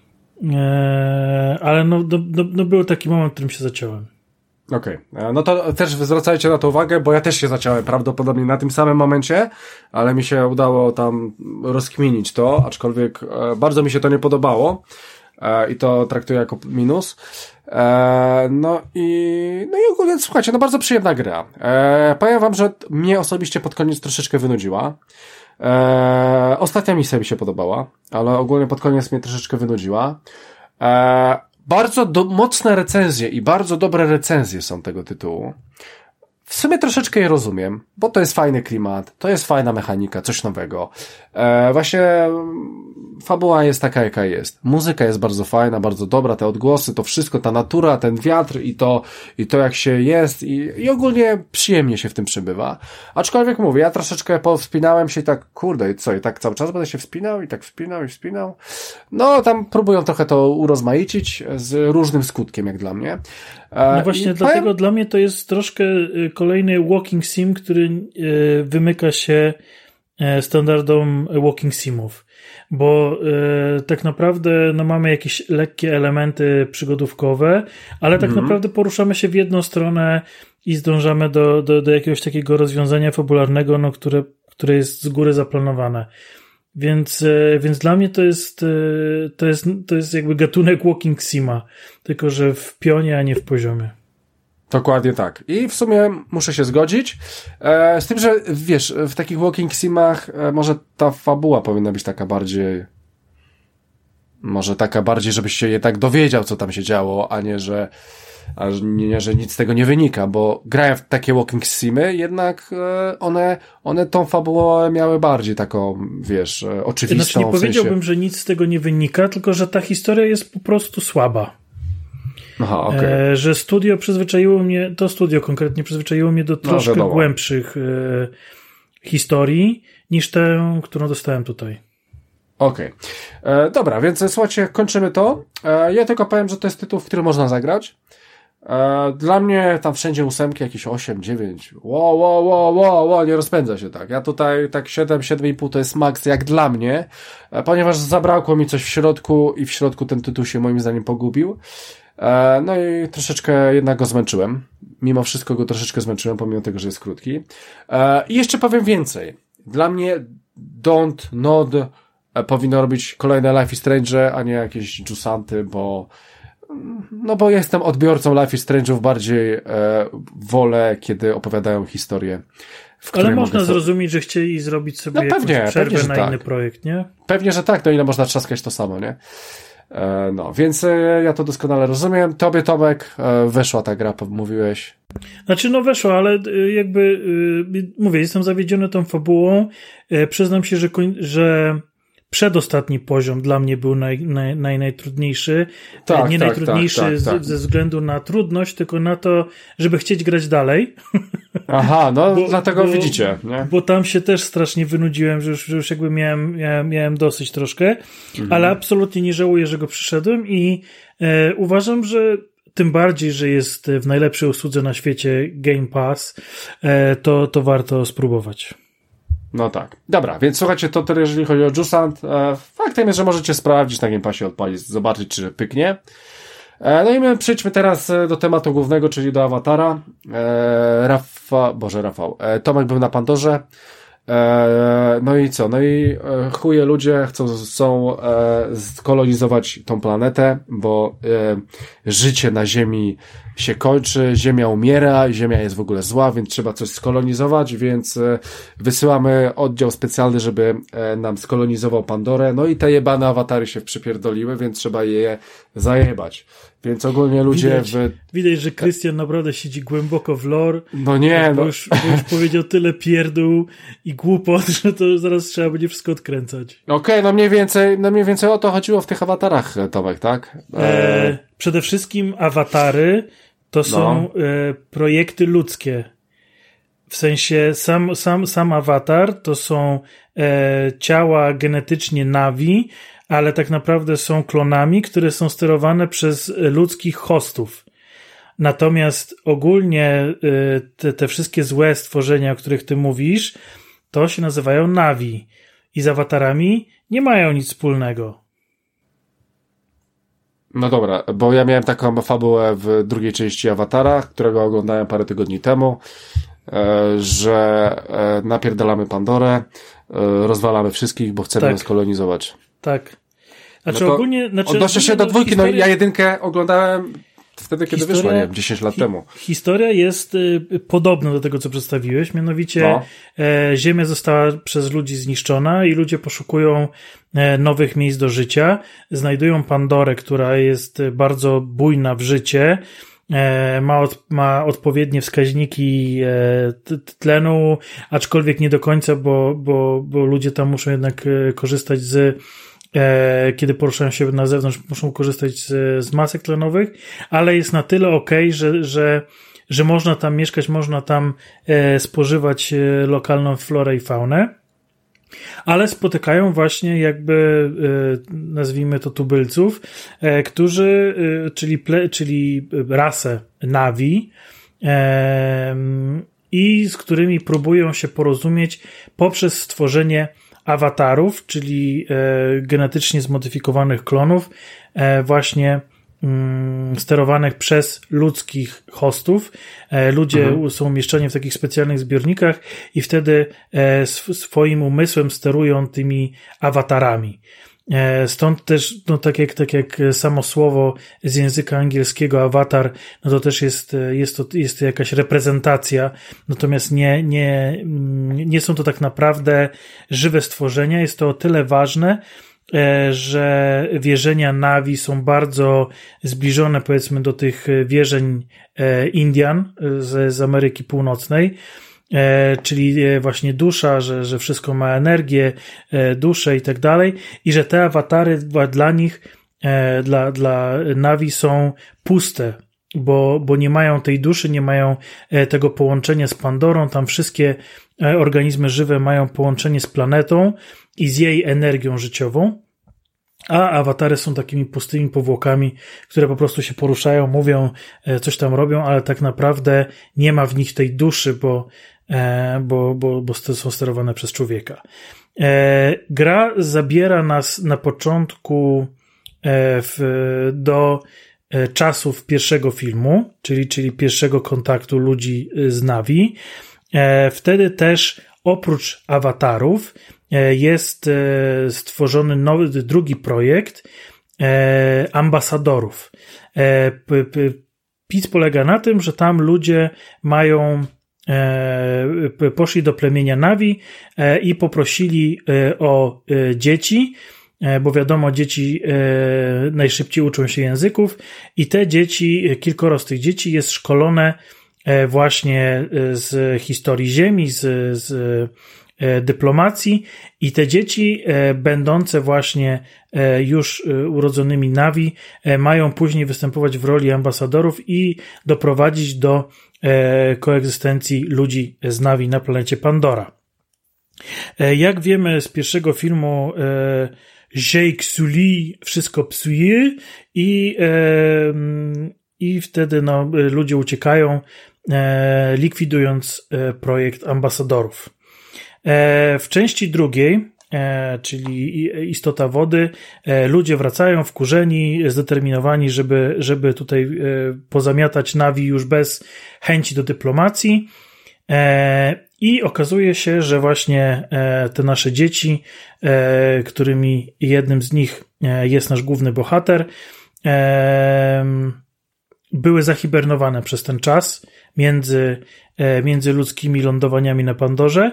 Speaker 3: był taki moment, w którym się zaciąłem.
Speaker 1: Okej. No to też zwracajcie na to uwagę, bo ja też się zaciąłem prawdopodobnie na tym samym momencie, ale mi się udało tam rozkminić to, aczkolwiek bardzo mi się to nie podobało i to traktuję jako minus. No i ogólnie, słuchajcie, no bardzo przyjemna gra. Powiem wam, że mnie osobiście pod koniec troszeczkę wynudziła. Ostatnia misja mi się podobała, ale ogólnie pod koniec mnie troszeczkę wynudziła. Bardzo mocne recenzje i bardzo dobre recenzje są tego tytułu. W sumie troszeczkę je rozumiem, bo to jest fajny klimat, to jest fajna mechanika, coś nowego. Właśnie fabuła jest taka, jaka jest. Muzyka jest bardzo fajna, bardzo dobra, te odgłosy, to wszystko, ta natura, ten wiatr i to jak się jest i ogólnie przyjemnie się w tym przebywa. Aczkolwiek mówię, ja troszeczkę powspinałem się i tak, kurde, i co, i tak cały czas będę się wspinał i tak wspinał. No, tam próbują trochę to urozmaicić z różnym skutkiem, jak dla mnie.
Speaker 3: No właśnie, dlatego dla mnie to jest troszkę kolejny walking sim, który wymyka się standardom walking simów, bo tak naprawdę no, mamy jakieś lekkie elementy przygodówkowe, ale tak naprawdę poruszamy się w jedną stronę i zdążamy do jakiegoś takiego rozwiązania fabularnego, no, które jest z góry zaplanowane. Więc dla mnie to jest jakby gatunek walking sima, tylko że w pionie, a nie w poziomie.
Speaker 1: Dokładnie tak. I w sumie muszę się zgodzić. Z tym, że wiesz, w takich walking simach może ta fabuła powinna być taka bardziej, żebyś się jednak dowiedział, co tam się działo, a nie, że nic z tego nie wynika, bo grając w takie walking simy, jednak one tą fabułę miały bardziej taką, wiesz, oczywistą.
Speaker 3: Znaczy nie powiedziałbym, że nic z tego nie wynika, tylko że ta historia jest po prostu słaba.
Speaker 1: Aha, okej.
Speaker 3: Że to studio konkretnie przyzwyczaiło mnie do troszkę głębszych historii niż tę, którą dostałem tutaj.
Speaker 1: Okej. Dobra, więc słuchajcie, kończymy to. Ja tylko powiem, że to jest tytuł, w który można zagrać. Dla mnie tam wszędzie 8, jakieś 8, 9. Nie rozpędza się tak. Ja tutaj tak 7, 7,5 to jest maks jak dla mnie, ponieważ zabrakło mi coś w środku i w środku ten tytuł się moim zdaniem pogubił. No i troszeczkę jednak go zmęczyłem. Mimo wszystko go troszeczkę zmęczyłem, pomimo tego, że jest krótki. I jeszcze powiem więcej. Dla mnie Nod powinno robić kolejne Life is Strange, a nie jakieś Jusanty, bo ja jestem odbiorcą Life is Strange'ów, bardziej wolę, kiedy opowiadają historię.
Speaker 3: Ale można zrozumieć, że chcieli zrobić sobie przerwę na inny projekt, nie?
Speaker 1: Pewnie, że tak, no ile można trzaskać to samo, nie? No, więc ja to doskonale rozumiem. Tobie, Tomek, weszła ta gra, mówiłeś.
Speaker 3: Znaczy, no weszła, ale jakby mówię, jestem zawiedziony tą fabułą. Przyznam się, że przedostatni poziom dla mnie był najtrudniejszy. Nie najtrudniejszy ze względu na trudność, tylko na to, żeby chcieć grać dalej.
Speaker 1: Aha, no dlatego widzicie. Nie?
Speaker 3: Bo tam się też strasznie wynudziłem, że już jakby miałem dosyć troszkę, ale absolutnie nie żałuję, że go przyszedłem i uważam, że tym bardziej, że jest w najlepszej usłudze na świecie Game Pass, to warto spróbować.
Speaker 1: No tak. Dobra, więc słuchajcie, to tyle, jeżeli chodzi o Jusant. Faktem jest, że możecie sprawdzić na Game Passie, odpalić, zobaczyć, czy pyknie. No i my przejdźmy teraz do tematu głównego, czyli do Awatara. Rafał. Tomek był na Pandorze. No i co? No i chuje ludzie chcą skolonizować tą planetę, bo życie na Ziemi się kończy, Ziemia umiera, Ziemia jest w ogóle zła, więc trzeba coś skolonizować, więc wysyłamy oddział specjalny, żeby nam skolonizował Pandorę, no i te jebane awatary się przypierdoliły, więc trzeba je zajebać. Więc ogólnie ludzie...
Speaker 3: Widać, że Krystian naprawdę siedzi głęboko w lore.
Speaker 1: No nie,
Speaker 3: bo już powiedział tyle pierdół i głupot, że to zaraz trzeba będzie wszystko odkręcać.
Speaker 1: Okej, no mniej więcej o to chodziło w tych awatarach, Tomek, tak?
Speaker 3: Przede wszystkim awatary to są projekty ludzkie. W sensie sam awatar to są ciała genetycznie Navi, ale tak naprawdę są klonami, które są sterowane przez ludzkich hostów. Natomiast ogólnie te wszystkie złe stworzenia, o których ty mówisz, to się nazywają Navi i z awatarami nie mają nic wspólnego.
Speaker 1: No dobra, bo ja miałem taką fabułę w drugiej części Awatara, którego oglądałem parę tygodni temu, że napierdalamy Pandorę, rozwalamy wszystkich, bo chcemy ją skolonizować.
Speaker 3: Tak. Znaczy
Speaker 1: no
Speaker 3: ogólnie...
Speaker 1: Odnoszę się do dwójki, no ja jedynkę oglądałem wtedy, kiedy wyszła, nie wiem, 10 lat temu.
Speaker 3: Historia jest podobna do tego, co przedstawiłeś, mianowicie Ziemia została przez ludzi zniszczona i ludzie poszukują nowych miejsc do życia, znajdują Pandorę, która jest bardzo bujna w życie, ma odpowiednie wskaźniki tlenu, aczkolwiek nie do końca, bo ludzie tam muszą jednak korzystać kiedy poruszają się na zewnątrz, muszą korzystać z masek tlenowych, ale jest na tyle okej, że można tam mieszkać, można tam spożywać lokalną florę i faunę, ale spotykają właśnie jakby, nazwijmy to tubylców, którzy, czyli rasę Navi, i z którymi próbują się porozumieć poprzez stworzenie awatarów, czyli genetycznie zmodyfikowanych klonów, właśnie sterowanych przez ludzkich hostów. Ludzie są umieszczeni w takich specjalnych zbiornikach i wtedy swoim umysłem sterują tymi awatarami. Stąd też, no tak jak samo słowo z języka angielskiego awatar, no to też jest to jakaś reprezentacja, natomiast nie są to tak naprawdę żywe stworzenia. Jest to o tyle ważne, że wierzenia Navi są bardzo zbliżone, powiedzmy, do tych wierzeń Indian z Ameryki Północnej, czyli właśnie dusza, że wszystko ma energię, duszę i tak dalej, i że te awatary dla nich, dla Navi są puste, bo nie mają tej duszy, nie mają tego połączenia z Pandorą. Tam wszystkie organizmy żywe mają połączenie z planetą i z jej energią życiową, a awatary są takimi pustymi powłokami, które po prostu się poruszają, mówią, coś tam robią, ale tak naprawdę nie ma w nich tej duszy, bo są sterowane przez człowieka. Gra zabiera nas na początku do czasów pierwszego filmu, czyli pierwszego kontaktu ludzi z Navi. Wtedy też oprócz awatarów jest stworzony drugi projekt ambasadorów. PiS polega na tym, że tam ludzie poszli do plemienia Navi i poprosili o dzieci, bo wiadomo, dzieci najszybciej uczą się języków i te dzieci, kilkoro z tych dzieci jest szkolone właśnie z historii Ziemi, z dyplomacji, i te dzieci będące właśnie już urodzonymi Navi mają później występować w roli ambasadorów i doprowadzić do koegzystencji ludzi z Navi na planecie Pandora. Jak wiemy z pierwszego filmu, Jake Sully wszystko psuje i wtedy ludzie uciekają, likwidując projekt ambasadorów. W części drugiej, czyli Istota Wody, ludzie wracają wkurzeni, zdeterminowani, żeby tutaj pozamiatać Navi już bez chęci do dyplomacji, I okazuje się, że właśnie te nasze dzieci, którymi jednym z nich jest nasz główny bohater, były zahibernowane przez ten czas między ludzkimi lądowaniami na Pandorze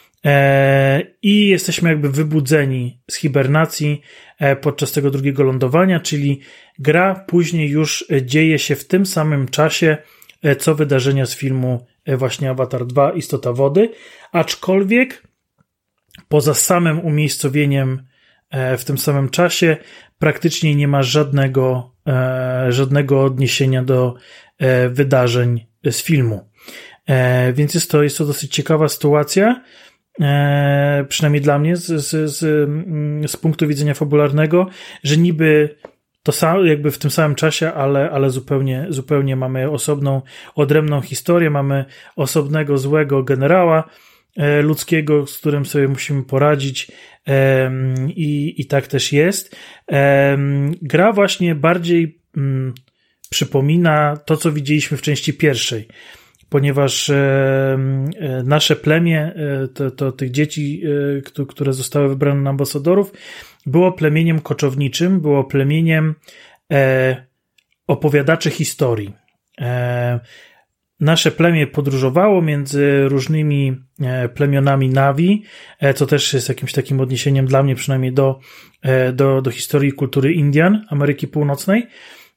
Speaker 3: i jesteśmy jakby wybudzeni z hibernacji podczas tego drugiego lądowania, czyli gra później już dzieje się w tym samym czasie, co wydarzenia z filmu właśnie Avatar 2 Istota Wody, aczkolwiek poza samym umiejscowieniem w tym samym czasie praktycznie nie ma żadnego odniesienia do wydarzeń z filmu. Więc jest to dosyć ciekawa sytuacja, przynajmniej dla mnie z punktu widzenia fabularnego, że niby to samo, jakby w tym samym czasie, ale zupełnie mamy osobną, odrębną historię, mamy osobnego złego generała ludzkiego, z którym sobie musimy poradzić i tak też jest. Gra właśnie bardziej przypomina to, co widzieliśmy w części pierwszej, ponieważ nasze plemię, to tych dzieci, które zostały wybrane na ambasadorów, było plemieniem koczowniczym, było plemieniem opowiadaczy historii. Nasze plemię podróżowało między różnymi plemionami Navi, co też jest jakimś takim odniesieniem dla mnie przynajmniej do historii i kultury Indian, Ameryki Północnej.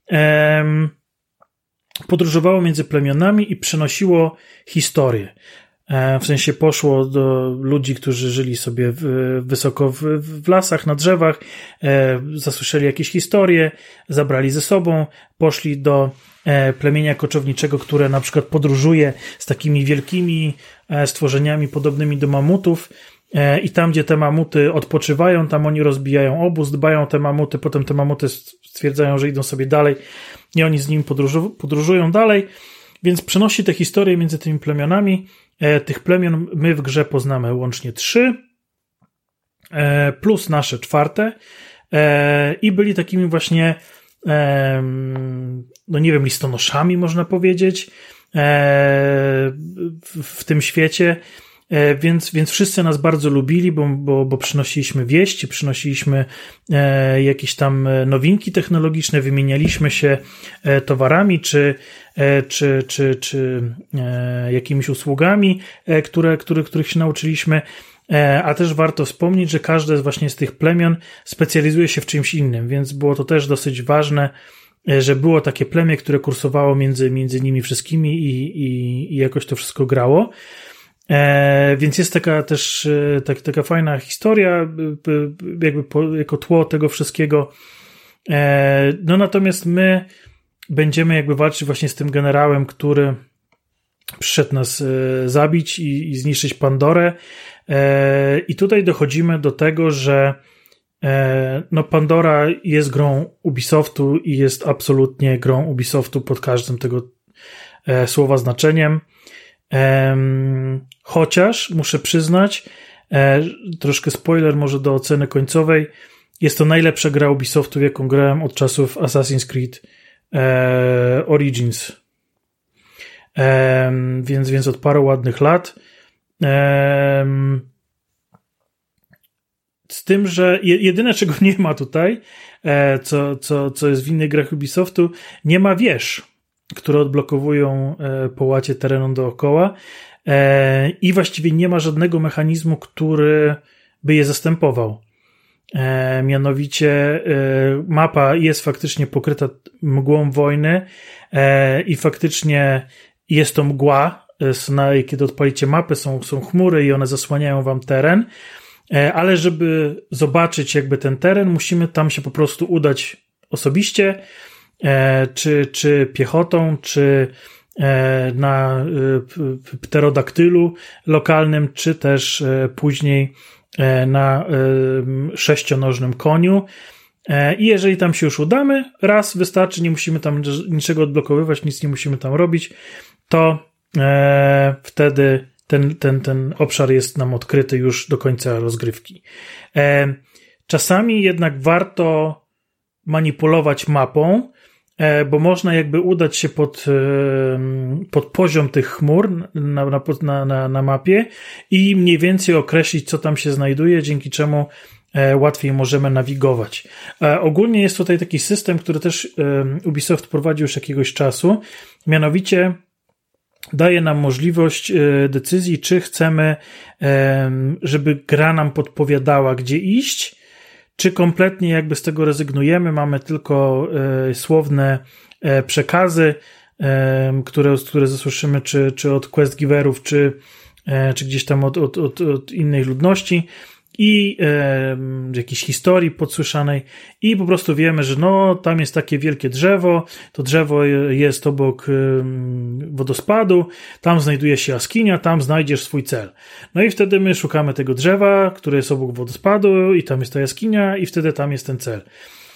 Speaker 3: Podróżowało między plemionami i przenosiło historię. W sensie poszło do ludzi, którzy żyli sobie wysoko w lasach, na drzewach, zasłyszeli jakieś historie, zabrali ze sobą, poszli do plemienia koczowniczego, które na przykład podróżuje z takimi wielkimi stworzeniami podobnymi do mamutów i tam, gdzie te mamuty odpoczywają, tam oni rozbijają obóz, dbają o te mamuty, potem te mamuty stwierdzają, że idą sobie dalej i oni z nimi podróżują dalej, więc przenosi te historie między tymi plemionami. Tych plemion my w grze poznamy łącznie 3, plus nasze 4, i byli takimi właśnie, no nie wiem, listonoszami można powiedzieć, w tym świecie, więc wszyscy nas bardzo lubili, bo przynosiliśmy wieści, przynosiliśmy jakieś tam nowinki technologiczne, wymienialiśmy się towarami, czy jakimiś usługami, których się nauczyliśmy, a też warto wspomnieć, że każde właśnie z tych plemion specjalizuje się w czymś innym, więc było to też dosyć ważne, że było takie plemię, które kursowało między nimi wszystkimi i jakoś to wszystko grało. Więc jest taka też taka fajna historia, jakby jako tło tego wszystkiego. No natomiast my będziemy jakby walczyć właśnie z tym generałem, który przyszedł nas zabić i zniszczyć Pandorę. I tutaj dochodzimy do tego, że no Pandora jest grą Ubisoftu i jest absolutnie grą Ubisoftu pod każdym tego słowa znaczeniem. Chociaż muszę przyznać, troszkę spoiler może do oceny końcowej, jest to najlepsza gra Ubisoftu, jaką grałem od czasów Assassin's Creed Origins. Więc od paru ładnych lat. Z tym, że jedyne, czego nie ma tutaj, co jest w innych grach Ubisoftu, nie ma wież, które odblokowują połacie terenu dookoła, i właściwie nie ma żadnego mechanizmu, który by je zastępował. Mianowicie mapa jest faktycznie pokryta mgłą wojny i faktycznie jest to mgła, kiedy odpalicie mapę, są chmury i one zasłaniają wam teren, ale żeby zobaczyć jakby ten teren, musimy tam się po prostu udać osobiście, czy piechotą, czy na pterodaktylu lokalnym, czy też później na sześcionożnym koniu. I jeżeli tam się już udamy, raz wystarczy, nie musimy tam niczego odblokowywać, nic nie musimy tam robić, to wtedy ten obszar jest nam odkryty już do końca rozgrywki. Czasami jednak warto manipulować mapą, bo można jakby udać się pod poziom tych chmur na mapie i mniej więcej określić, co tam się znajduje, dzięki czemu łatwiej możemy nawigować. Ogólnie jest tutaj taki system, który też Ubisoft prowadzi już jakiegoś czasu, mianowicie daje nam możliwość decyzji, czy chcemy, żeby gra nam podpowiadała, gdzie iść, czy kompletnie jakby z tego rezygnujemy, mamy tylko słowne przekazy, które zasłyszymy czy od quest giverów, czy gdzieś tam od innej ludności i jakiejś historii podsłyszanej i po prostu wiemy, że no tam jest takie wielkie drzewo, to drzewo jest obok wodospadu, tam znajduje się jaskinia, tam znajdziesz swój cel. No i wtedy my szukamy tego drzewa, które jest obok wodospadu i tam jest ta jaskinia i wtedy tam jest ten cel.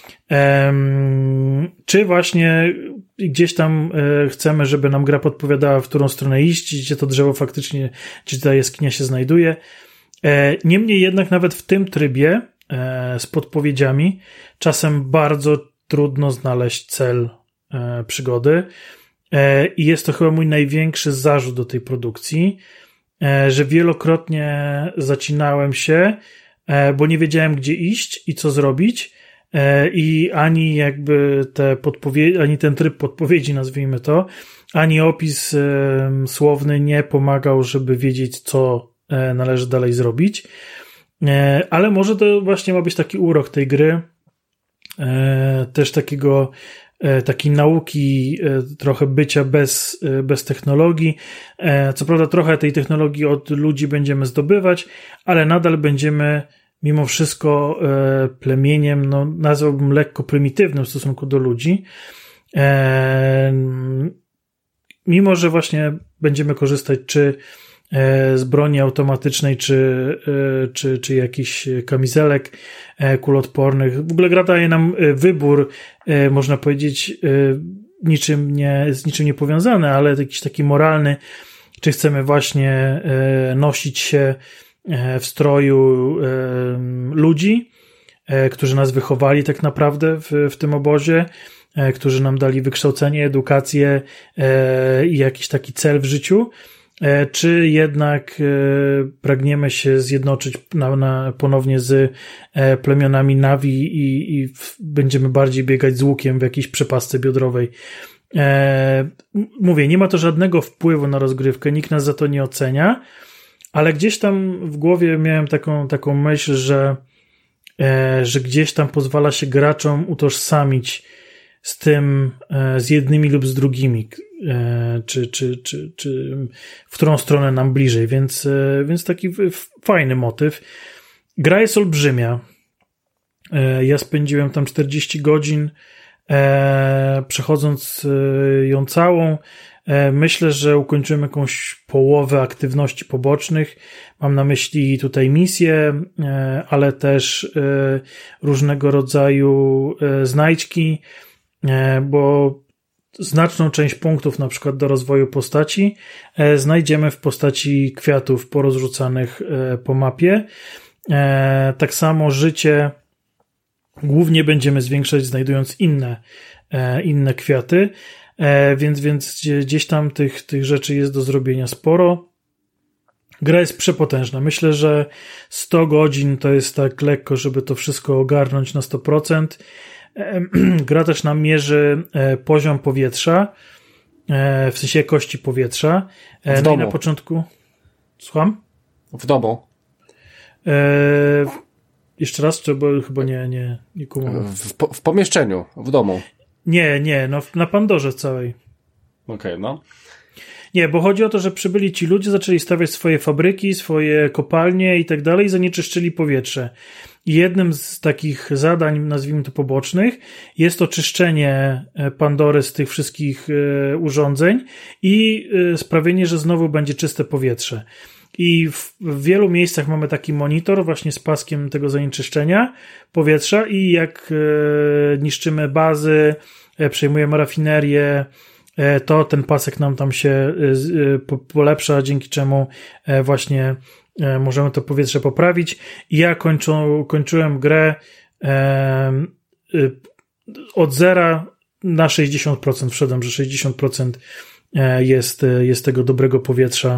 Speaker 3: Czy właśnie gdzieś tam chcemy, żeby nam gra podpowiadała, w którą stronę iść, gdzie to drzewo faktycznie, gdzie ta jaskinia się znajduje. Niemniej jednak nawet w tym trybie z podpowiedziami czasem bardzo trudno znaleźć cel przygody i jest to chyba mój największy zarzut do tej produkcji, że wielokrotnie zacinałem się, bo nie wiedziałem, gdzie iść i co zrobić i ani jakby ani ten tryb podpowiedzi, nazwijmy to, ani opis słowny nie pomagał, żeby wiedzieć, co należy dalej zrobić, ale może to właśnie ma być taki urok tej gry, też takiej nauki, trochę bycia bez technologii. Co prawda trochę tej technologii od ludzi będziemy zdobywać, ale nadal będziemy mimo wszystko plemieniem, no nazwałbym lekko prymitywnym w stosunku do ludzi, mimo że właśnie będziemy korzystać czy z broni automatycznej, czy jakichś kamizelek kuloodpornych. W ogóle gra daje nam wybór, można powiedzieć, z niczym nie powiązany, ale jakiś taki moralny, czy chcemy właśnie nosić się w stroju ludzi, którzy nas wychowali tak naprawdę w tym obozie, którzy nam dali wykształcenie, edukację i jakiś taki cel w życiu, czy jednak pragniemy się zjednoczyć ponownie z plemionami Navi i będziemy bardziej biegać z łukiem w jakiejś przepastce biodrowej. Mówię, nie ma to żadnego wpływu na rozgrywkę, nikt nas za to nie ocenia, ale gdzieś tam w głowie miałem taką myśl, że gdzieś tam pozwala się graczom utożsamić z tym, z jednymi lub z drugimi, czy w którą stronę nam bliżej, więc taki fajny motyw. Gra jest olbrzymia. Ja spędziłem tam 40 godzin przechodząc ją całą. Myślę, że ukończyłem jakąś połowę aktywności pobocznych. Mam na myśli tutaj misje, ale też różnego rodzaju znajdźki, bo znaczną część punktów na przykład do rozwoju postaci znajdziemy w postaci kwiatów porozrzucanych po mapie. Tak samo życie głównie będziemy zwiększać znajdując inne kwiaty, więc gdzieś tam tych rzeczy jest do zrobienia sporo. Gra jest przepotężna. Myślę, że 100 godzin to jest tak lekko, żeby to wszystko ogarnąć na 100%. Gra też nam mierzy poziom powietrza, w sensie jakości powietrza.
Speaker 1: W domu.
Speaker 3: I na początku... Słucham?
Speaker 1: W domu.
Speaker 3: Jeszcze raz, bo chyba nie kumam.
Speaker 1: W pomieszczeniu, w domu.
Speaker 3: Nie, no na Pandorze całej.
Speaker 1: Okej, no.
Speaker 3: Nie, bo chodzi o to, że przybyli ci ludzie, zaczęli stawiać swoje fabryki, swoje kopalnie i tak dalej, zanieczyszczyli powietrze. I jednym z takich zadań, nazwijmy to pobocznych, jest oczyszczenie Pandory z tych wszystkich urządzeń i sprawienie, że znowu będzie czyste powietrze. I w wielu miejscach mamy taki monitor właśnie z paskiem tego zanieczyszczenia powietrza i jak niszczymy bazy, przejmujemy rafinerię, to ten pasek nam tam się polepsza, dzięki czemu właśnie możemy to powietrze poprawić. I ja kończyłem grę od zera na 60% wszedłem, że 60% jest tego dobrego powietrza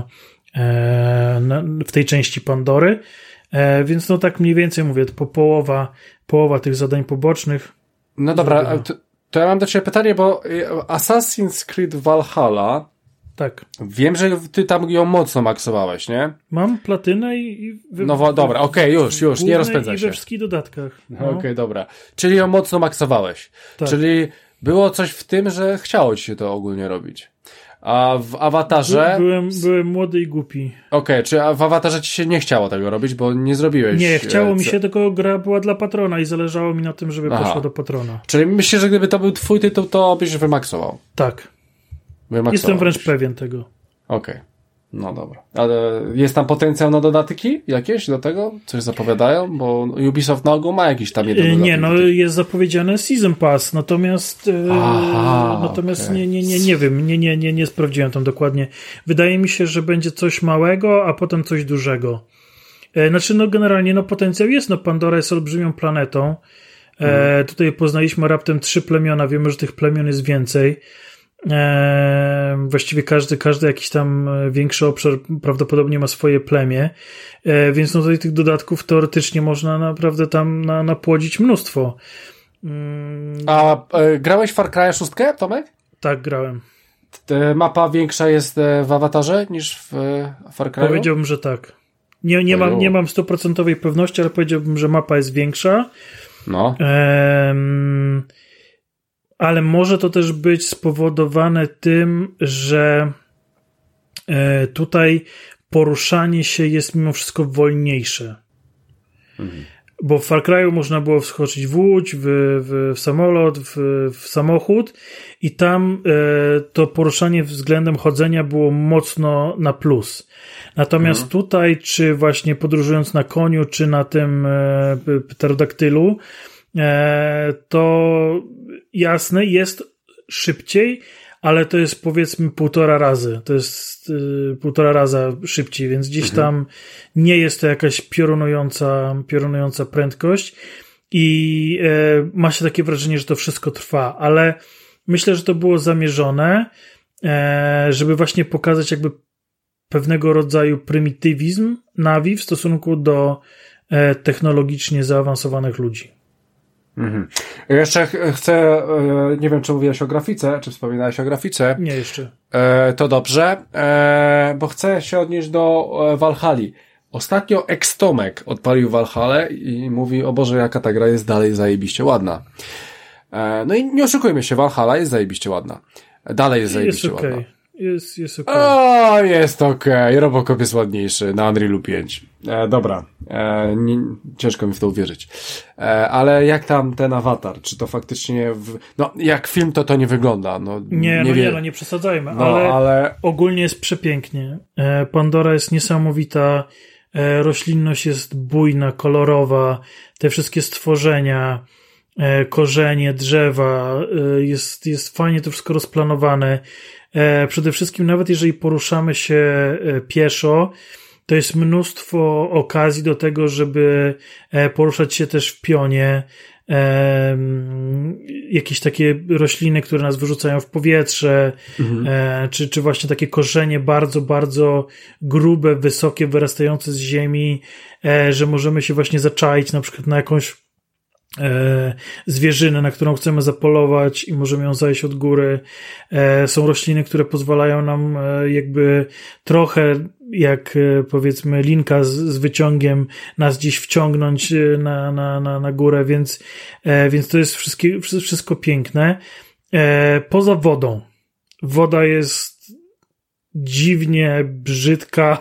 Speaker 3: w tej części Pandory, więc no tak mniej więcej mówię, to połowa tych zadań pobocznych.
Speaker 1: No dobra, to ja mam do ciebie pytanie, bo Assassin's Creed Valhalla,
Speaker 3: tak.
Speaker 1: Wiem, że ty tam ją mocno maksowałeś, nie?
Speaker 3: Mam platynę i
Speaker 1: dobra, okej, już, nie rozpędzaj się.
Speaker 3: I we wszystkich dodatkach.
Speaker 1: No. Okej, dobra. Czyli ją mocno maksowałeś.
Speaker 3: Tak.
Speaker 1: Czyli było coś w tym, że chciało ci się to ogólnie robić. A w Awatarze...
Speaker 3: Byłem młody i głupi.
Speaker 1: Okej, czy w Awatarze ci się nie chciało tego robić, bo nie zrobiłeś...
Speaker 3: Nie, chciało mi się, tylko gra była dla patrona i zależało mi na tym, żeby poszła do patrona.
Speaker 1: Czyli myślę, że gdyby to był twój tytuł, to byś wymaksował.
Speaker 3: Tak. Jestem wręcz pewien tego.
Speaker 1: Okej. No dobra. Ale jest tam potencjał na dodatki jakieś do tego? Coś zapowiadają? Bo Ubisoft na ogół ma jakiś tam jeden dodatek.
Speaker 3: Nie, jest zapowiedziane Season Pass, natomiast nie wiem, nie sprawdziłem tam dokładnie. Wydaje mi się, że będzie coś małego, a potem coś dużego. Znaczy, generalnie, potencjał jest, Pandora jest olbrzymią planetą. Tutaj poznaliśmy raptem 3 plemiona, wiemy, że tych plemion jest więcej. Właściwie każdy jakiś tam większy obszar prawdopodobnie ma swoje plemię, więc tutaj tych dodatków teoretycznie można naprawdę tam napłodzić mnóstwo.
Speaker 1: A grałeś w Far Cry 6, Tomek?
Speaker 3: Tak, grałem.
Speaker 1: Mapa większa jest w Awatarze niż w Far Cry?
Speaker 3: Powiedziałbym, że tak. Nie mam 100% pewności, ale powiedziałbym, że mapa jest większa.
Speaker 1: No.
Speaker 3: Ale może to też być spowodowane tym, że tutaj poruszanie się jest mimo wszystko wolniejsze. Bo w Far Cry'u można było wskoczyć w łódź, w samolot, w samochód i tam to poruszanie względem chodzenia było mocno na plus. Natomiast tutaj, czy właśnie podróżując na koniu, czy na tym pterodaktylu, to jasne, jest szybciej, ale to jest powiedzmy 1,5 razy. To jest 1,5 raza szybciej, więc gdzieś tam nie jest to jakaś piorunująca prędkość i ma się takie wrażenie, że to wszystko trwa, ale myślę, że to było zamierzone, żeby właśnie pokazać jakby pewnego rodzaju prymitywizm Navi w stosunku do technologicznie zaawansowanych ludzi.
Speaker 1: Jeszcze chcę, nie wiem, czy mówiłeś o grafice, czy wspominałeś o grafice.
Speaker 3: Nie, jeszcze.
Speaker 1: To dobrze, bo chcę się odnieść do Valhalli. Ostatnio Extomek odpalił Valhallę i mówi, o Boże, jaka ta gra jest dalej zajebiście ładna. No i nie oszukujmy się, Valhalla jest zajebiście ładna. Dalej jest zajebiście ładna.
Speaker 3: Jest okej.
Speaker 1: O, jest okej. Robocop jest ładniejszy na Unrealu 5. Dobra. Ciężko mi w to uwierzyć. Ale jak tam ten awatar? Czy to faktycznie... jak film to nie wygląda. Nie
Speaker 3: przesadzajmy. Ale ogólnie jest przepięknie. Pandora jest niesamowita. Roślinność jest bujna, kolorowa. Te wszystkie stworzenia, korzenie, drzewa. Jest fajnie to wszystko rozplanowane. Przede wszystkim nawet jeżeli poruszamy się pieszo, to jest mnóstwo okazji do tego, żeby poruszać się też w pionie, jakieś takie rośliny, które nas wyrzucają w powietrze, czy właśnie takie korzenie bardzo, bardzo grube, wysokie, wyrastające z ziemi, że możemy się właśnie zaczaić na przykład na jakąś zwierzynę, na którą chcemy zapolować i możemy ją zajść od góry. Są rośliny, które pozwalają nam jakby trochę jak powiedzmy linka z wyciągiem nas gdzieś wciągnąć na górę, więc to jest wszystko piękne. Poza wodą. Woda jest dziwnie brzydka,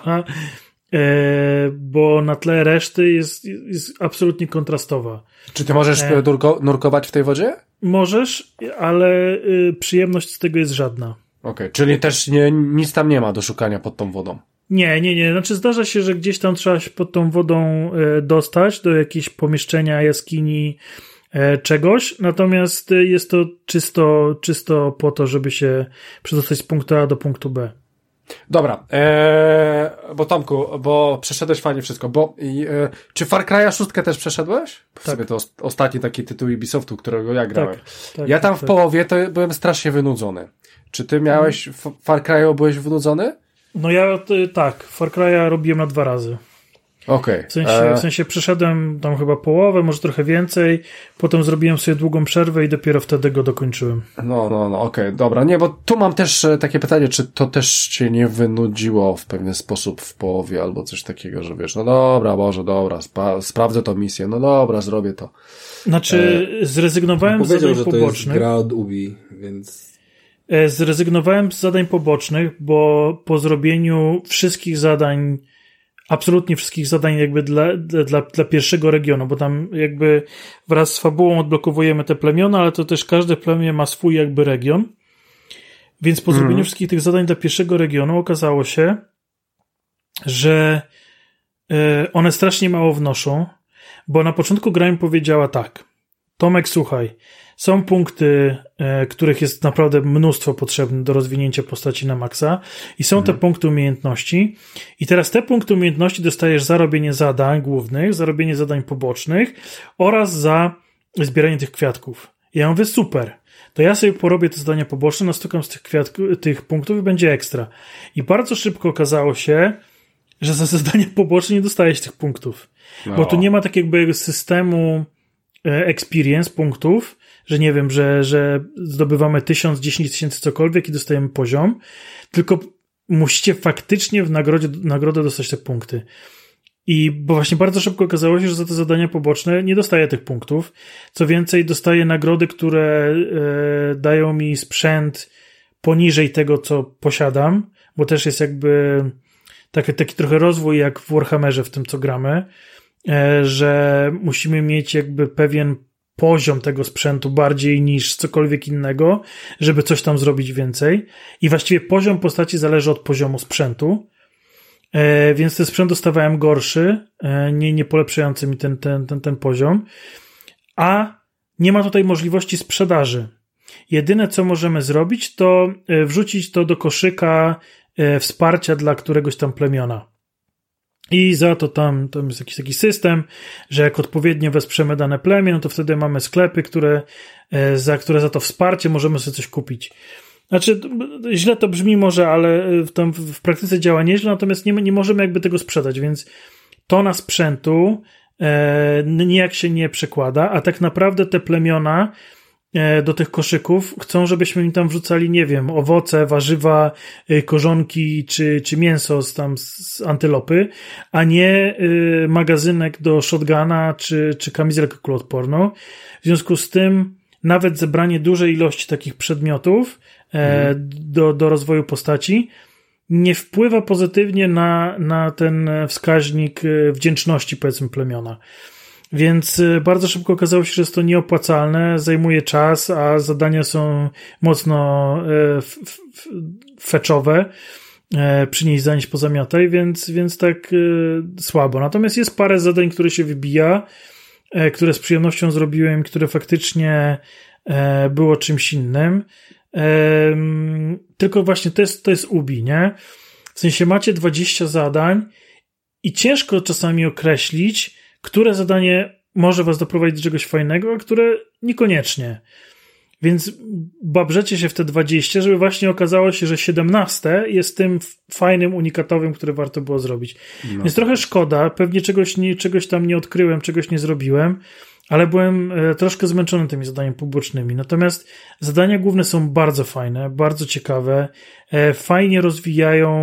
Speaker 3: bo na tle reszty jest absolutnie kontrastowa.
Speaker 1: Czy ty możesz nurkować w tej wodzie?
Speaker 3: Możesz, ale przyjemność z tego jest żadna.
Speaker 1: Okej, czyli też nic tam nie ma do szukania pod tą wodą.
Speaker 3: Nie. Znaczy zdarza się, że gdzieś tam trzeba się pod tą wodą dostać do jakiegoś pomieszczenia, jaskini, czegoś, natomiast jest to czysto po to, żeby się przedostać z punktu A do punktu B.
Speaker 1: Dobra, bo Tomku, bo przeszedłeś fajnie wszystko, czy Far Cry'a 6 też przeszedłeś? W sobie to ostatni taki tytuł Ubisoftu, którego ja grałem. Ja tam w połowie to byłem strasznie wynudzony. Czy ty miałeś Far Cry'a, byłeś wynudzony?
Speaker 3: No ja tak, Far Cry'a robiłem na 2 razy.
Speaker 1: Okej.
Speaker 3: W sensie przeszedłem tam chyba połowę, może trochę więcej, potem zrobiłem sobie długą przerwę i dopiero wtedy go dokończyłem.
Speaker 1: No, okej, dobra. Nie, bo tu mam też takie pytanie, czy to też cię nie wynudziło w pewien sposób w połowie albo coś takiego, że wiesz, no dobra, Boże, dobra, sprawdzę tą misję, no dobra, zrobię to.
Speaker 3: Znaczy, zrezygnowałem z zadań pobocznych.
Speaker 2: To jest gra od Ubi, więc...
Speaker 3: Zrezygnowałem z zadań pobocznych, bo po zrobieniu wszystkich zadań, absolutnie wszystkich zadań jakby dla pierwszego regionu, bo tam jakby wraz z fabułą odblokowujemy te plemiona, ale to też każde plemię ma swój jakby region. Więc po zrobieniu wszystkich tych zadań dla pierwszego regionu okazało się, że one strasznie mało wnoszą, bo na początku gra mi powiedziała tak: Tomek, słuchaj, są punkty, których jest naprawdę mnóstwo potrzebne do rozwinięcia postaci na maksa i są te punkty umiejętności i teraz te punkty umiejętności dostajesz za robienie zadań głównych, za robienie zadań pobocznych oraz za zbieranie tych kwiatków. Ja mówię, super, to ja sobie porobię te zadania poboczne, nastukam z tych punktów i będzie ekstra. I bardzo szybko okazało się, że za zadania poboczne nie dostajesz tych punktów. No. Bo tu nie ma tak jakby systemu experience punktów, że nie wiem, że zdobywamy 1000, 10 tysięcy cokolwiek i dostajemy poziom, tylko musicie faktycznie w nagrodę dostać te punkty. Bo właśnie bardzo szybko okazało się, że za te zadania poboczne nie dostaję tych punktów. Co więcej, dostaję nagrody, które dają mi sprzęt poniżej tego, co posiadam, bo też jest jakby taki trochę rozwój jak w Warhammerze, w tym co gramy, że musimy mieć jakby pewien poziom tego sprzętu bardziej niż cokolwiek innego, żeby coś tam zrobić więcej. I właściwie poziom postaci zależy od poziomu sprzętu, więc ten sprzęt dostawałem gorszy, nie polepszający mi ten poziom, a nie ma tutaj możliwości sprzedaży. Jedyne, co możemy zrobić, to wrzucić to do koszyka wsparcia dla któregoś tam plemiona. I za to tam jest jakiś taki system, że jak odpowiednio wesprzemy dane plemię, no to wtedy mamy sklepy, które za to wsparcie możemy sobie coś kupić. Znaczy, źle to brzmi może, ale w praktyce działa nieźle, natomiast nie możemy jakby tego sprzedać, więc tona sprzętu nijak się nie przekłada, a tak naprawdę te plemiona do tych koszyków chcą, żebyśmy im tam wrzucali, nie wiem, owoce, warzywa, korzonki czy mięso z antylopy, a nie magazynek do shotguna czy kamizelkę kuloodporną. W związku z tym nawet zebranie dużej ilości takich przedmiotów do rozwoju postaci nie wpływa pozytywnie na ten wskaźnik wdzięczności, powiedzmy, plemiona. Więc bardzo szybko okazało się, że jest to nieopłacalne, zajmuje czas, a zadania są mocno feczowe, przynieść zanieść pozamiataj, więc tak słabo. Natomiast jest parę zadań, które się wybija, które z przyjemnością zrobiłem, które faktycznie było czymś innym. Tylko właśnie to jest Ubi, nie? W sensie macie 20 zadań i ciężko czasami określić, które zadanie może was doprowadzić do czegoś fajnego, a które niekoniecznie. Więc babrzecie się w te 20, żeby właśnie okazało się, że 17 jest tym fajnym, unikatowym, który warto było zrobić. No. Więc trochę szkoda, pewnie czegoś tam nie odkryłem, czegoś nie zrobiłem, ale byłem troszkę zmęczony tymi zadaniami pobocznymi. Natomiast zadania główne są bardzo fajne, bardzo ciekawe, fajnie rozwijają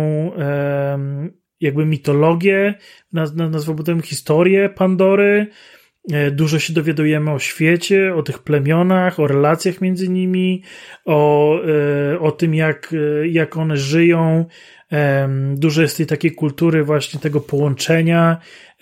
Speaker 3: jakby mitologię, nazwałbym potem historię Pandory. Dużo się dowiadujemy o świecie, o tych plemionach, o relacjach między nimi, o tym, jak one żyją. Dużo jest tej takiej kultury właśnie tego połączenia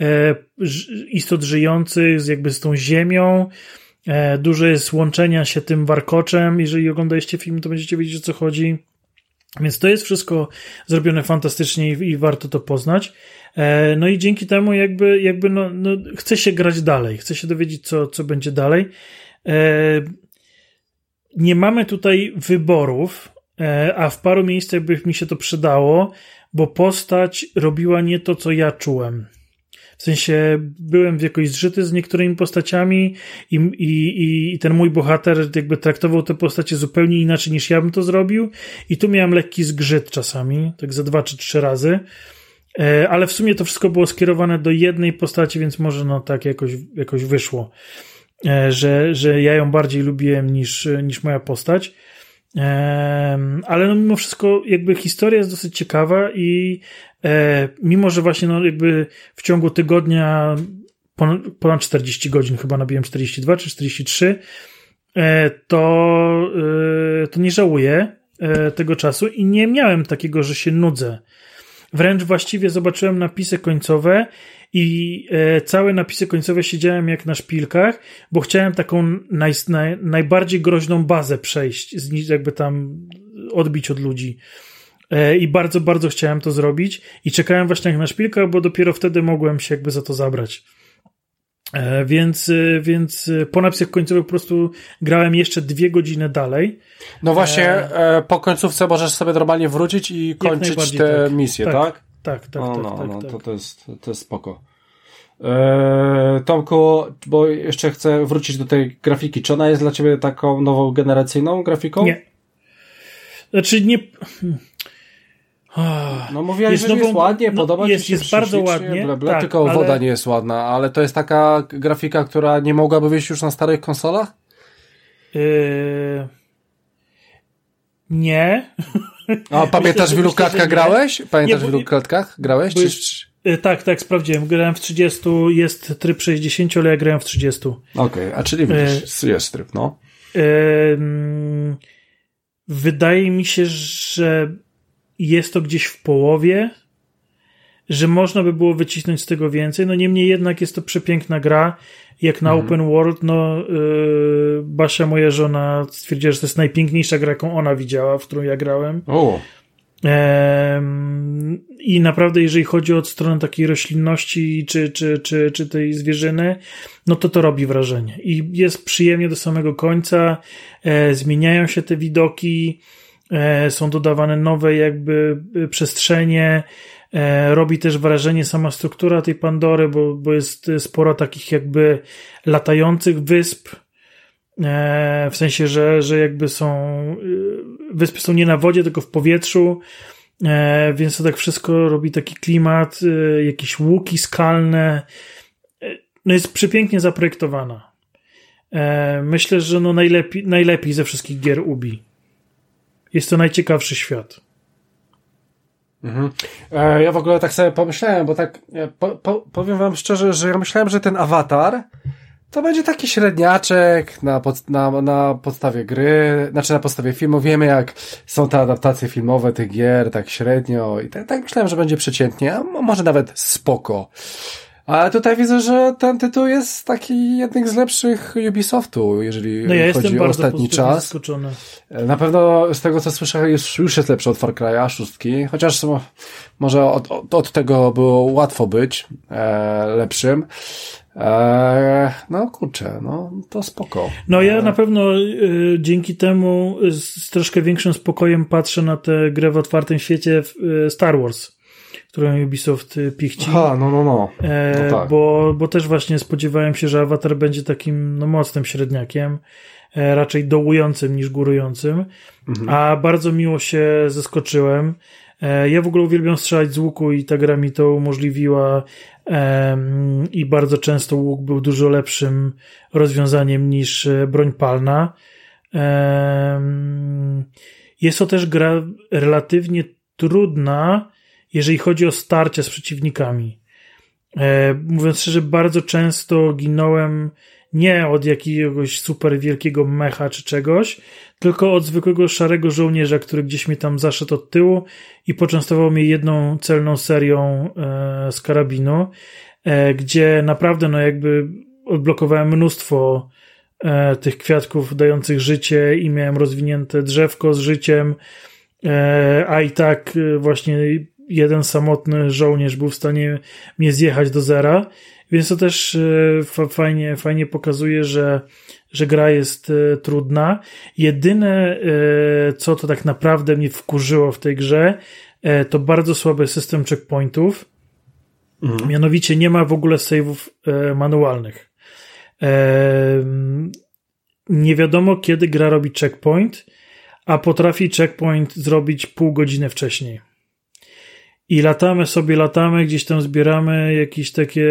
Speaker 3: istot żyjących z tą ziemią. Dużo jest łączenia się tym warkoczem. Jeżeli oglądaliście film, to będziecie wiedzieć, o co chodzi. Więc to jest wszystko zrobione fantastycznie i warto to poznać. No i dzięki temu jakby chce się grać dalej, chce się dowiedzieć, co będzie dalej. Nie mamy tutaj wyborów, a w paru miejscach by mi się to przydało, bo postać robiła nie to, co ja czułem. W sensie byłem jakoś zżyty z niektórymi postaciami i ten mój bohater jakby traktował te postacie zupełnie inaczej niż ja bym to zrobił i tu miałem lekki zgrzyt czasami, tak za 2 czy 3 razy, ale w sumie to wszystko było skierowane do jednej postaci, więc może no tak jakoś wyszło, że ja ją bardziej lubiłem niż moja postać. Ale no mimo wszystko jakby historia jest dosyć ciekawa i mimo, że właśnie no jakby w ciągu tygodnia ponad 40 godzin, chyba nabiłem 42 czy 43, to nie żałuję tego czasu i nie miałem takiego, że się nudzę. Wręcz właściwie zobaczyłem napisy końcowe i całe napisy końcowe siedziałem jak na szpilkach, bo chciałem taką najbardziej groźną bazę przejść, jakby tam odbić od ludzi. I bardzo, bardzo chciałem to zrobić i czekałem właśnie jak na szpilkach, bo dopiero wtedy mogłem się jakby za to zabrać. Więc po napisach końcowych po prostu grałem jeszcze 2 godziny dalej.
Speaker 1: No właśnie, po końcówce możesz sobie normalnie wrócić i kończyć te misje, tak?
Speaker 3: Tak.
Speaker 1: To jest spoko. Tomku, bo jeszcze chcę wrócić do tej grafiki. Czy ona jest dla ciebie taką nową generacyjną grafiką?
Speaker 3: Nie. Znaczy nie...
Speaker 1: No mówiłaś, że jest ładnie, podoba ci się,
Speaker 3: jest bardzo ładnie,
Speaker 1: tak, tylko woda nie jest ładna, ale to jest taka grafika, która nie mogłaby wyjść już na starych konsolach?
Speaker 3: Nie.
Speaker 1: A pamiętasz, w ilu klatkach grałeś? Pamiętasz, w ilu klatkach grałeś?
Speaker 3: Tak, sprawdziłem. Grałem w 30, jest tryb 60, ale ja grałem w 30.
Speaker 1: Okej, a czyli widzisz, jest tryb, no.
Speaker 3: Wydaje mi się, że jest to gdzieś w połowie, że można by było wycisnąć z tego więcej, no niemniej jednak jest to przepiękna gra, jak na open world, no Basia, moja żona, stwierdziła, że to jest najpiękniejsza gra, jaką ona widziała, w którą ja grałem. I naprawdę, jeżeli chodzi o stronę takiej roślinności czy tej zwierzyny, no to robi wrażenie i jest przyjemnie do samego końca, zmieniają się te widoki, są dodawane nowe jakby przestrzenie, robi też wrażenie sama struktura tej Pandory, bo jest sporo takich jakby latających wysp, w sensie, że jakby wyspy są nie na wodzie, tylko w powietrzu, więc to tak wszystko robi taki klimat, jakieś łuki skalne, no jest przepięknie zaprojektowana. Myślę, że no najlepiej ze wszystkich gier Ubi. Jest to najciekawszy świat.
Speaker 1: Mhm. Ja w ogóle tak sobie pomyślałem, bo tak powiem wam szczerze, że ja myślałem, że ten awatar to będzie taki średniaczek na podstawie gry, znaczy na podstawie filmu. Wiemy, jak są te adaptacje filmowe tych gier, tak średnio i tak myślałem, że będzie przeciętnie, a może nawet spoko. Ale tutaj widzę, że ten tytuł jest taki jednym z lepszych Ubisoftu, jeżeli chodzi o ostatni czas.
Speaker 3: Zaskoczony.
Speaker 1: Na pewno z tego, co słyszę, już jest lepszy od Far Cry'a 6, chociaż może od tego było łatwo być lepszym. No kurczę, no to spoko.
Speaker 3: No ja na pewno dzięki temu z troszkę większym spokojem patrzę na tę grę w otwartym świecie Star Wars, którą Ubisoft pichci.
Speaker 1: Aha, no tak.
Speaker 3: Bo też właśnie spodziewałem się, że Avatar będzie takim mocnym średniakiem, raczej dołującym niż górującym, a bardzo miło się zaskoczyłem. Ja w ogóle uwielbiam strzelać z łuku i ta gra mi to umożliwiła i bardzo często łuk był dużo lepszym rozwiązaniem niż broń palna. Jest to też gra relatywnie trudna, jeżeli chodzi o starcia z przeciwnikami. Mówiąc szczerze, bardzo często ginąłem nie od jakiegoś super wielkiego mecha czy czegoś, tylko od zwykłego szarego żołnierza, który gdzieś mnie tam zaszedł od tyłu i poczęstował mnie jedną celną serią z karabinu, gdzie naprawdę no jakby odblokowałem mnóstwo tych kwiatków dających życie i miałem rozwinięte drzewko z życiem, a i tak właśnie jeden samotny żołnierz był w stanie mnie zjechać do zera, więc to też fajnie pokazuje, że że gra jest trudna. Jedyne, co to tak naprawdę mnie wkurzyło w tej grze, to bardzo słaby system checkpointów. Mianowicie nie ma w ogóle save'ów manualnych. Nie wiadomo, kiedy gra robi checkpoint, a potrafi checkpoint zrobić pół godziny wcześniej. I latamy, gdzieś tam zbieramy jakieś takie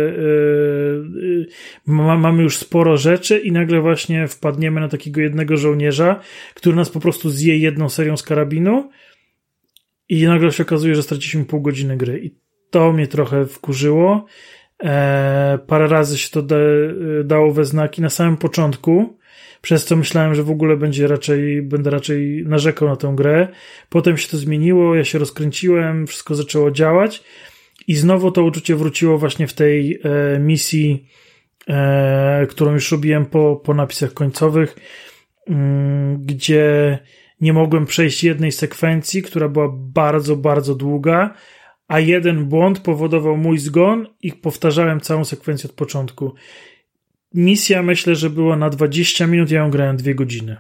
Speaker 3: mamy już sporo rzeczy i nagle właśnie wpadniemy na takiego jednego żołnierza, który nas po prostu zje jedną serią z karabinu i nagle się okazuje, że straciliśmy pół godziny gry. I to mnie trochę wkurzyło. Parę razy się to dało we znaki na samym początku, przez co myślałem, że w ogóle będę raczej narzekał na tę grę. Potem się to zmieniło, ja się rozkręciłem, wszystko zaczęło działać i znowu to uczucie wróciło właśnie w tej misji, którą już robiłem po napisach końcowych, gdzie nie mogłem przejść jednej sekwencji, która była bardzo, bardzo długa, a jeden błąd powodował mój zgon i powtarzałem całą sekwencję od początku. Misja myślę, że była na 20 minut, ja ją grałem 2 godziny.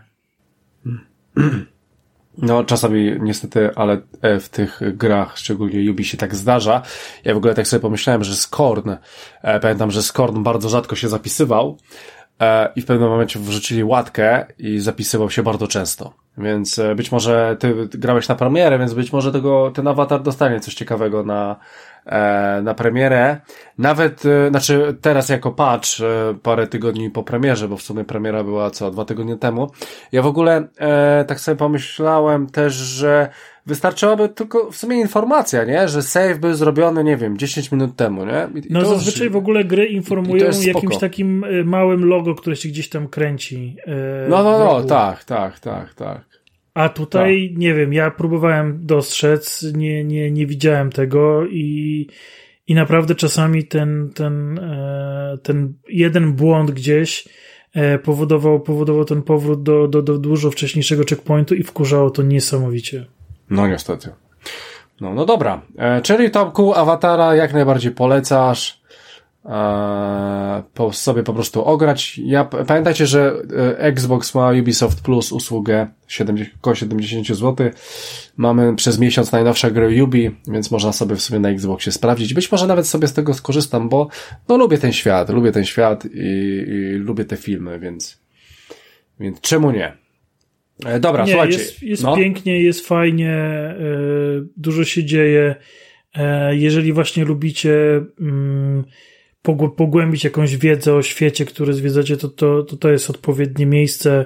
Speaker 1: No czasami niestety, ale w tych grach, szczególnie Ubi, się tak zdarza. Ja w ogóle tak sobie pomyślałem, że Scorn, pamiętam, że Scorn bardzo rzadko się zapisywał i w pewnym momencie wrzucili łatkę i zapisywał się bardzo często. Więc być może ty grałeś na premierę, więc być może ten awatar dostanie coś ciekawego na premierę. Nawet, znaczy teraz jako patch parę tygodni po premierze, bo w sumie premiera była 2 tygodnie temu. Ja w ogóle tak sobie pomyślałem też, że wystarczyłaby tylko w sumie informacja, nie? Że save był zrobiony, nie wiem, 10 minut temu, nie?
Speaker 3: No zazwyczaj w ogóle gry informują jakimś takim małym logo, które się gdzieś tam kręci.
Speaker 1: No, tak.
Speaker 3: A tutaj, nie wiem, ja próbowałem dostrzec, nie widziałem tego i naprawdę czasami ten jeden błąd gdzieś powodował ten powrót do dużo wcześniejszego checkpointu i wkurzało to niesamowicie.
Speaker 1: No niestety. No dobra. Czyli Tomku, Awatara jak najbardziej polecasz sobie po prostu ograć. Pamiętajcie, że Xbox ma Ubisoft Plus usługę około 70 zł. Mamy przez miesiąc najnowsze gry Ubi, więc można sobie w sumie na Xboxie sprawdzić. Być może nawet sobie z tego skorzystam, bo lubię ten świat i lubię te filmy, więc czemu nie? Dobra, słuchajcie.
Speaker 3: Jest pięknie, jest fajnie, dużo się dzieje. Jeżeli właśnie lubicie pogłębić jakąś wiedzę o świecie, który zwiedzacie, to jest odpowiednie miejsce.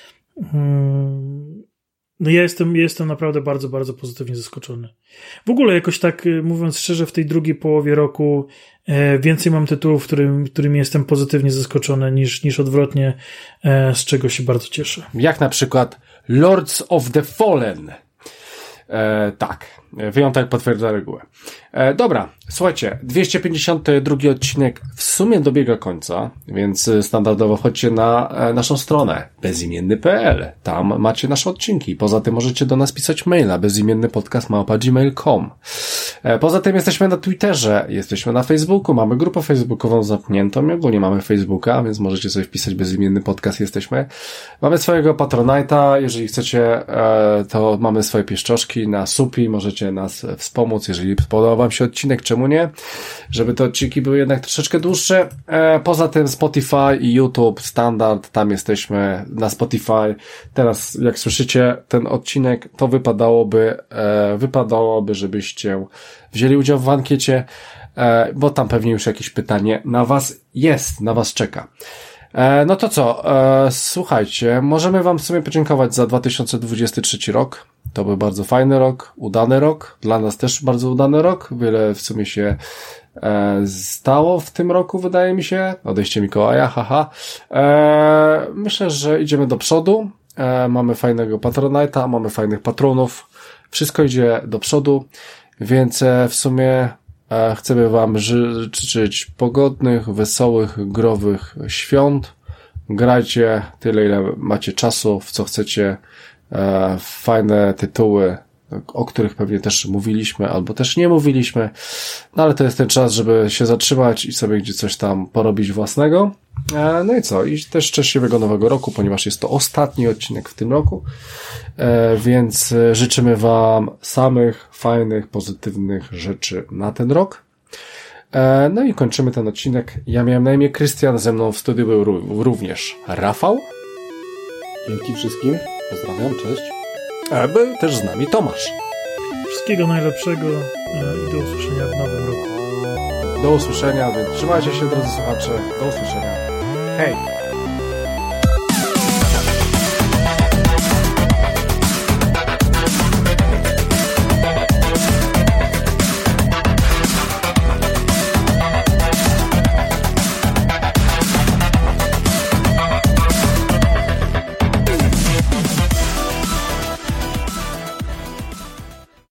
Speaker 3: No ja jestem naprawdę bardzo, bardzo pozytywnie zaskoczony. W ogóle jakoś tak, mówiąc szczerze, w tej drugiej połowie roku więcej mam tytułów, którymi jestem pozytywnie zaskoczony niż odwrotnie, z czego się bardzo cieszę.
Speaker 1: Jak na przykład Lords of the Fallen. Tak, wyjątek potwierdza regułę. Dobra, słuchajcie, 252 odcinek w sumie dobiega końca, więc standardowo chodźcie na naszą stronę bezimienny.pl, tam macie nasze odcinki. Poza tym możecie do nas pisać maila bezimiennypodcast@gmail.com. Poza tym jesteśmy na Twitterze, jesteśmy na Facebooku, mamy grupę facebookową zamkniętą, ogólnie mamy Facebooka, więc możecie sobie wpisać bezimienny podcast, jesteśmy. Mamy swojego Patronite'a, jeżeli chcecie, to mamy swoje pieszczoszki na Supi, możecie nas wspomóc, jeżeli podoba wam się odcinek, czemu nie? Żeby te odcinki były jednak troszeczkę dłuższe. Poza tym Spotify i YouTube, standard, tam jesteśmy na Spotify. Teraz, jak słyszycie ten odcinek, to wypadałoby, żebyście wzięli udział w ankiecie, bo tam pewnie już jakieś pytanie na was czeka. No to co? Słuchajcie, możemy wam w sumie podziękować za 2023 rok. To był bardzo fajny rok, udany rok. Dla nas też bardzo udany rok. Wiele w sumie się stało w tym roku, wydaje mi się. Odejście Mikołaja, haha. Myślę, że idziemy do przodu. Mamy fajnego Patronite'a, mamy fajnych patronów. Wszystko idzie do przodu, więc w sumie chcemy wam życzyć pogodnych, wesołych, growych świąt. Grajcie tyle, ile macie czasu, w co chcecie. Fajne tytuły, o których pewnie też mówiliśmy, albo też nie mówiliśmy, no ale to jest ten czas, żeby się zatrzymać i sobie gdzie coś tam porobić własnego. No i co? I też szczęśliwego nowego roku, ponieważ jest to ostatni odcinek w tym roku, więc życzymy wam samych fajnych, pozytywnych rzeczy na ten rok. No i kończymy ten odcinek. Ja miałem na imię Krystian, ze mną w studiu był również Rafał.
Speaker 2: Dzięki wszystkim, pozdrawiam, cześć.
Speaker 1: Był też z nami Tomasz.
Speaker 3: Wszystkiego najlepszego i do usłyszenia w nowym roku.
Speaker 1: Do usłyszenia, więc trzymajcie się, drodzy słuchacze. Do usłyszenia. Hej!